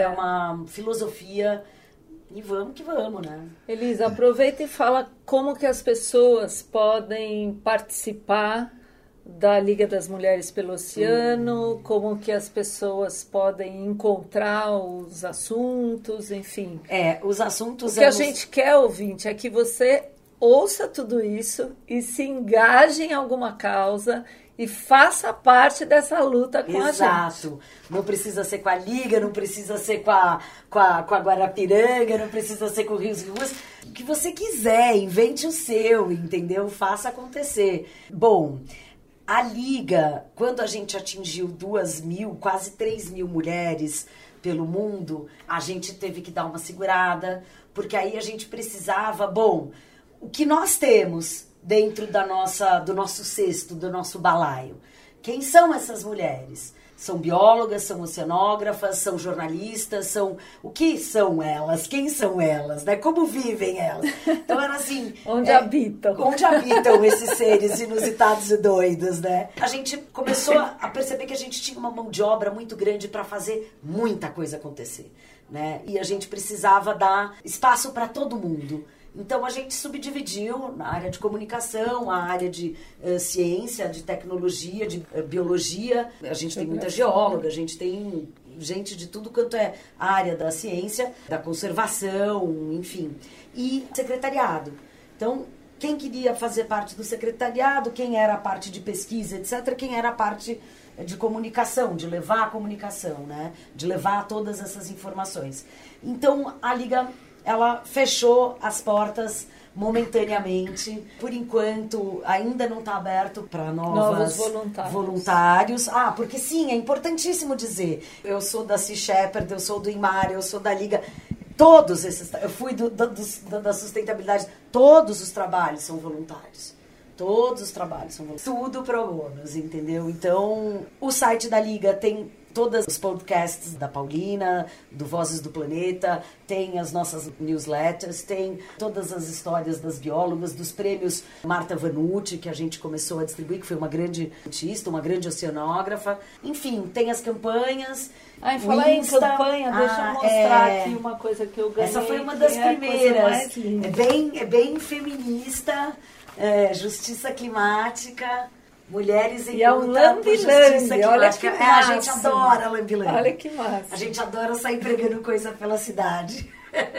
uma filosofia. E vamos que vamos, né? Elisa, aproveita e fala como que as pessoas podem participar da Liga das Mulheres pelo Oceano, como que as pessoas podem encontrar os assuntos, enfim. Os assuntos... O que a gente quer, ouvinte, é que você ouça tudo isso e se engaje em alguma causa e faça parte dessa luta com a gente. Exato. Não precisa ser com a Liga, não precisa ser com a Guarapiranga, não precisa ser com o Rios e Ruas. O que você quiser, invente o seu, entendeu? Faça acontecer. Bom, a Liga, quando a gente atingiu 2.000, quase 3.000 mulheres pelo mundo, a gente teve que dar uma segurada, porque aí a gente precisava, o que nós temos dentro do nosso cesto, do nosso balaio? Quem são essas mulheres? São biólogas, são oceanógrafas, são jornalistas, o que são elas? Quem são elas? Né? Como vivem elas? Então era assim... Onde habitam? Onde habitam esses seres inusitados e doidos, né? A gente começou a perceber que a gente tinha uma mão de obra muito grande para fazer muita coisa acontecer, né? E a gente precisava dar espaço para todo mundo. Então, a gente subdividiu na área de comunicação, a área de ciência, de tecnologia, de biologia. A gente tem muita geóloga, a gente tem gente de tudo quanto é área da ciência, da conservação, enfim. E secretariado. Então, quem queria fazer parte do secretariado, quem era a parte de pesquisa, etc., quem era a parte de comunicação, de levar a comunicação, né? De levar todas essas informações. Então, a Liga... ela fechou as portas momentaneamente. Por enquanto, ainda não está aberto para novos voluntários. Porque sim, é importantíssimo dizer. Eu sou da Sea Shepherd, eu sou do INMAR, eu sou da Liga. Todos esses... Eu fui da sustentabilidade. Todos os trabalhos são voluntários. Todos os trabalhos são voluntários. Tudo pro bono, entendeu? Então, o site da Liga tem... todos os podcasts da Paulina, do Vozes do Planeta, tem as nossas newsletters, tem todas as histórias das biólogas, dos prêmios Marta Vanucci, que a gente começou a distribuir, que foi uma grande cientista, uma grande oceanógrafa. Enfim, tem as campanhas. Falar em campanha, deixa eu mostrar aqui uma coisa que eu ganhei. Essa foi uma das primeiras. É bem feminista, justiça climática... Mulheres em luta por justiça climática. A gente adora lambilândia. Olha que massa. A gente adora sair pregando coisa pela cidade.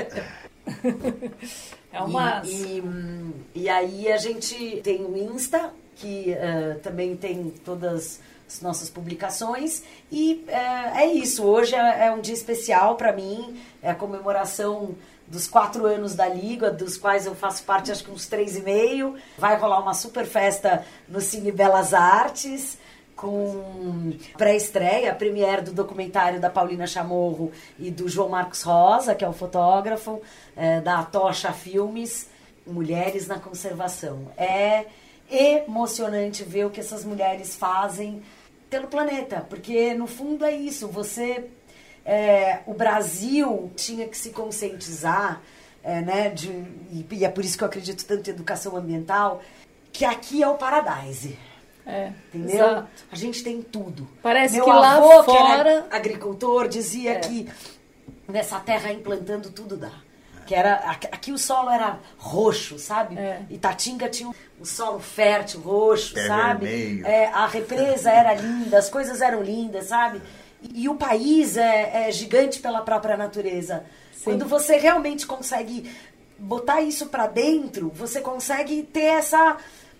É o massa. E aí a gente tem o Insta, que também tem todas as nossas publicações. E é isso. Hoje é um dia especial para mim. É a comemoração dos 4 anos da Liga, dos quais eu faço parte, acho que uns 3,5. Vai rolar uma super festa no Cine Belas Artes, com pré-estreia, a premiere do documentário da Paulina Chamorro e do João Marcos Rosa, que é o fotógrafo, da Tocha Filmes, Mulheres na Conservação. É emocionante ver o que essas mulheres fazem pelo planeta, porque no fundo é isso, o Brasil tinha que se conscientizar, né, e é por isso que eu acredito tanto em educação ambiental, que aqui é o paradise. Entendeu? Exato. A gente tem tudo. Parece Meu que lá avô, fora... que era agricultor, dizia que nessa terra implantando tudo dá. Que era, aqui o solo era roxo, sabe? Itatinga tinha um solo fértil, roxo, sabe? Vermelho. A represa era linda, as coisas eram lindas, sabe? E o país é gigante pela própria natureza. Sim. Quando você realmente consegue botar isso pra dentro, você consegue ter essa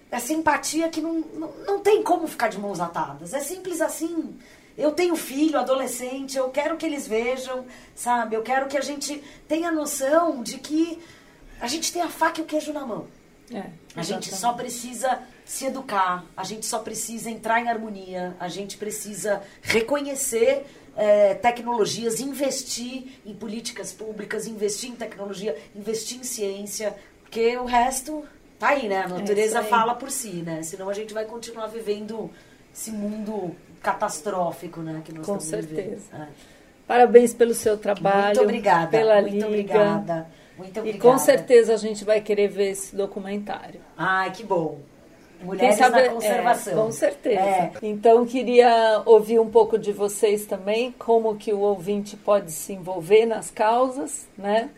empatia que não tem como ficar de mãos atadas. É simples assim. Eu tenho filho, adolescente, eu quero que eles vejam, sabe? Eu quero que a gente tenha noção de que a gente tem a faca e o queijo na mão. A gente só precisa se educar, a gente só precisa entrar em harmonia, a gente precisa reconhecer tecnologias, investir em políticas públicas, investir em tecnologia, investir em ciência, porque o resto tá aí, né? A natureza fala por si, né? Senão a gente vai continuar vivendo esse mundo catastrófico, né? Que nós Com estamos certeza. vivendo. Parabéns pelo seu trabalho. Muito obrigada. Pela muito Liga. obrigada. Muito obrigada. E com certeza a gente vai querer ver esse documentário. Ai, que bom. Mulheres Quem sabe, na conservação. Com certeza. Então, queria ouvir um pouco de vocês também, como que o ouvinte pode se envolver nas causas, né?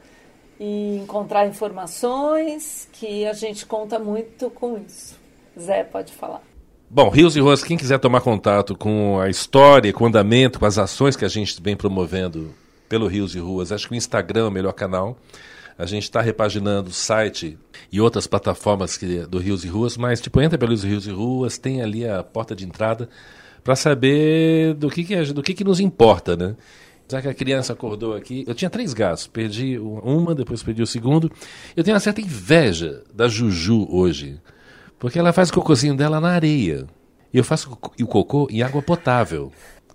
E encontrar informações, que a gente conta muito com isso. Zé, pode falar. Bom, Rios e Ruas, quem quiser tomar contato com a história, com o andamento, com as ações que a gente vem promovendo pelo Rios e Ruas, acho que o Instagram é o melhor canal. A gente está repaginando o site e outras plataformas do Rios e Ruas, mas entra pelos Rios e Ruas, tem ali a porta de entrada para saber do que nos importa, né? Já que a criança acordou aqui, eu tinha 3 gatos, perdi uma, depois perdi o segundo. Eu tenho uma certa inveja da Juju hoje, porque ela faz o cocôzinho dela na areia. E eu faço o cocô em água potável.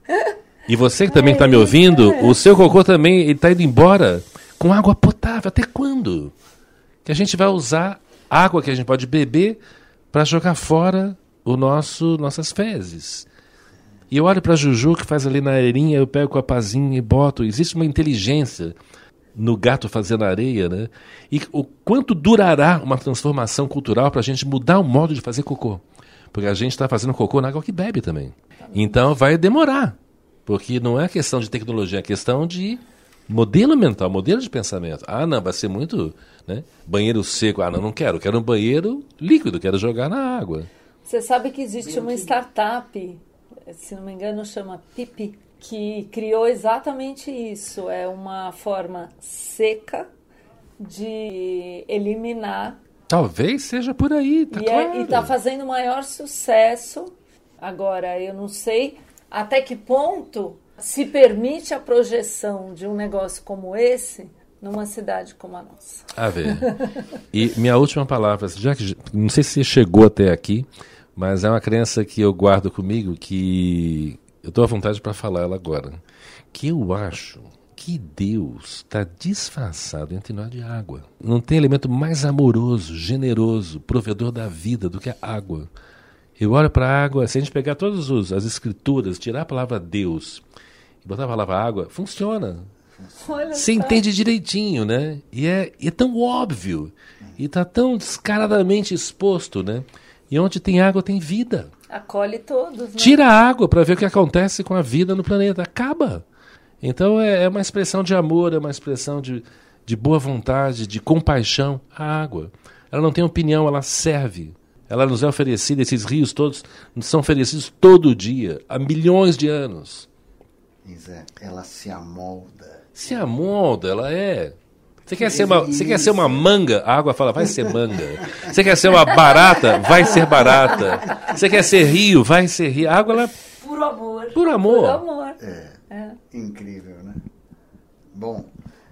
E você que também está me ouvindo, o seu cocô também está indo embora com água potável. Até quando? Que a gente vai usar água que a gente pode beber para jogar fora nossas fezes. E eu olho para a Juju que faz ali na areirinha, eu pego com a pazinha e boto. Existe uma inteligência no gato fazendo areia, né? E o quanto durará uma transformação cultural para a gente mudar o modo de fazer cocô? Porque a gente está fazendo cocô na água que bebe também. Então vai demorar. Porque não é questão de tecnologia, é questão de modelo mental, modelo de pensamento. Ah, não, vai ser muito, né? Banheiro seco. Ah, não quero. Quero um banheiro líquido, quero jogar na água. Você sabe que existe uma startup, se não me engano, chama Pipi, que criou exatamente isso. É uma forma seca de eliminar. Talvez seja por aí, tá claro. E está fazendo maior sucesso. Agora, eu não sei até que ponto se permite a projeção de um negócio como esse numa cidade como a nossa. A ver. E minha última palavra, já que não sei se chegou até aqui, mas é uma crença que eu guardo comigo, que eu estou à vontade para falar ela agora. Que eu acho que Deus está disfarçado entre nós de água. Não tem elemento mais amoroso, generoso, provedor da vida do que a água. Eu olho para a água, se a gente pegar todas as escrituras, tirar a palavra Deus e botar a palavra água, funciona. Você entende direitinho, né? E é tão óbvio. E está tão descaradamente exposto, né? E onde tem água tem vida. Acolhe todos, né? Tira a água para ver o que acontece com a vida no planeta. Acaba. Então é uma expressão de amor, é uma expressão de boa vontade, de compaixão. A água. Ela não tem opinião, ela serve. Ela nos é oferecida, esses rios todos nos são oferecidos todo dia, há milhões de anos. Ela se amolda. Se amolda, ela é. Você quer ser uma manga? A água fala, vai ser manga. Você quer ser uma barata? Vai ser barata. Você quer ser rio? Vai ser rio. A água, ela... Puro amor. Puro amor. Puro amor. Incrível, né? Bom,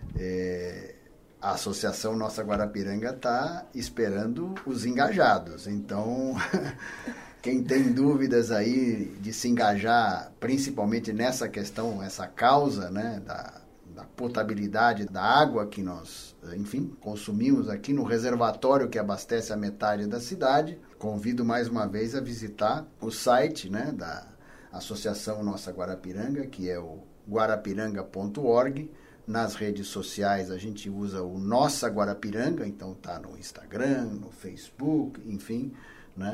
a Associação Nossa Guarapiranga está esperando os engajados. Então, quem tem dúvidas aí de se engajar, principalmente nessa questão, essa causa, né, da potabilidade da água que nós, enfim, consumimos aqui no reservatório que abastece a metade da cidade, convido mais uma vez a visitar o site, né, da Associação Nossa Guarapiranga, que é o guarapiranga.org. Nas redes sociais a gente usa o Nossa Guarapiranga, então tá no Instagram, no Facebook, enfim, né?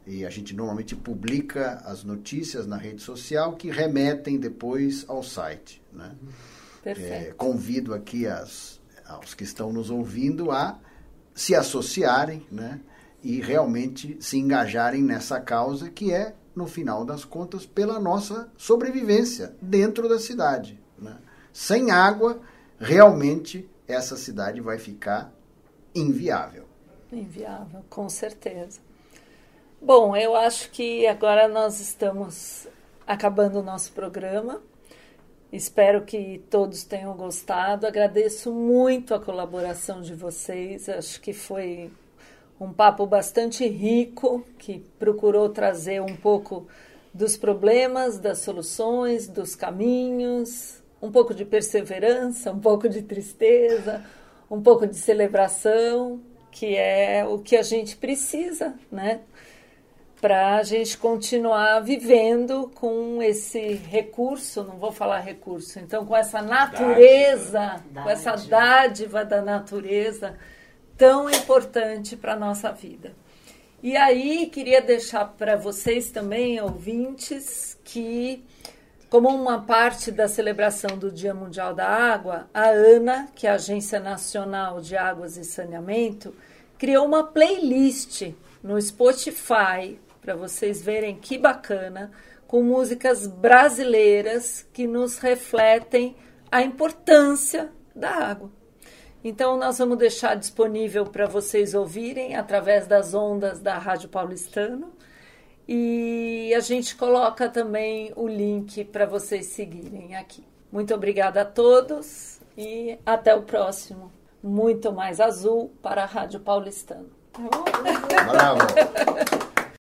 E a gente normalmente publica as notícias na rede social que remetem depois ao site, né? Perfeito. Convido aqui aos que estão nos ouvindo a se associarem, né? E realmente se engajarem nessa causa que é, no final das contas, pela nossa sobrevivência dentro da cidade, né? Sem água, realmente, essa cidade vai ficar inviável. Inviável, com certeza. Bom, eu acho que agora nós estamos acabando o nosso programa. Espero que todos tenham gostado. Agradeço muito a colaboração de vocês. Acho que foi um papo bastante rico, que procurou trazer um pouco dos problemas, das soluções, dos caminhos, um pouco de perseverança, um pouco de tristeza, um pouco de celebração, que é o que a gente precisa, né? Para a gente continuar vivendo com esse recurso, não vou falar recurso, então com essa natureza, com essa dádiva da natureza tão importante para a nossa vida. E aí, queria deixar para vocês também, ouvintes, que, como uma parte da celebração do Dia Mundial da Água, a ANA, que é a Agência Nacional de Águas e Saneamento, criou uma playlist no Spotify, para vocês verem que bacana, com músicas brasileiras que nos refletem a importância da água. Então, nós vamos deixar disponível para vocês ouvirem através das ondas da Rádio Paulistano. E a gente coloca também o link para vocês seguirem aqui. Muito obrigada a todos e até o próximo. Muito mais azul para a Rádio Paulistano. Tá bom? Bravo!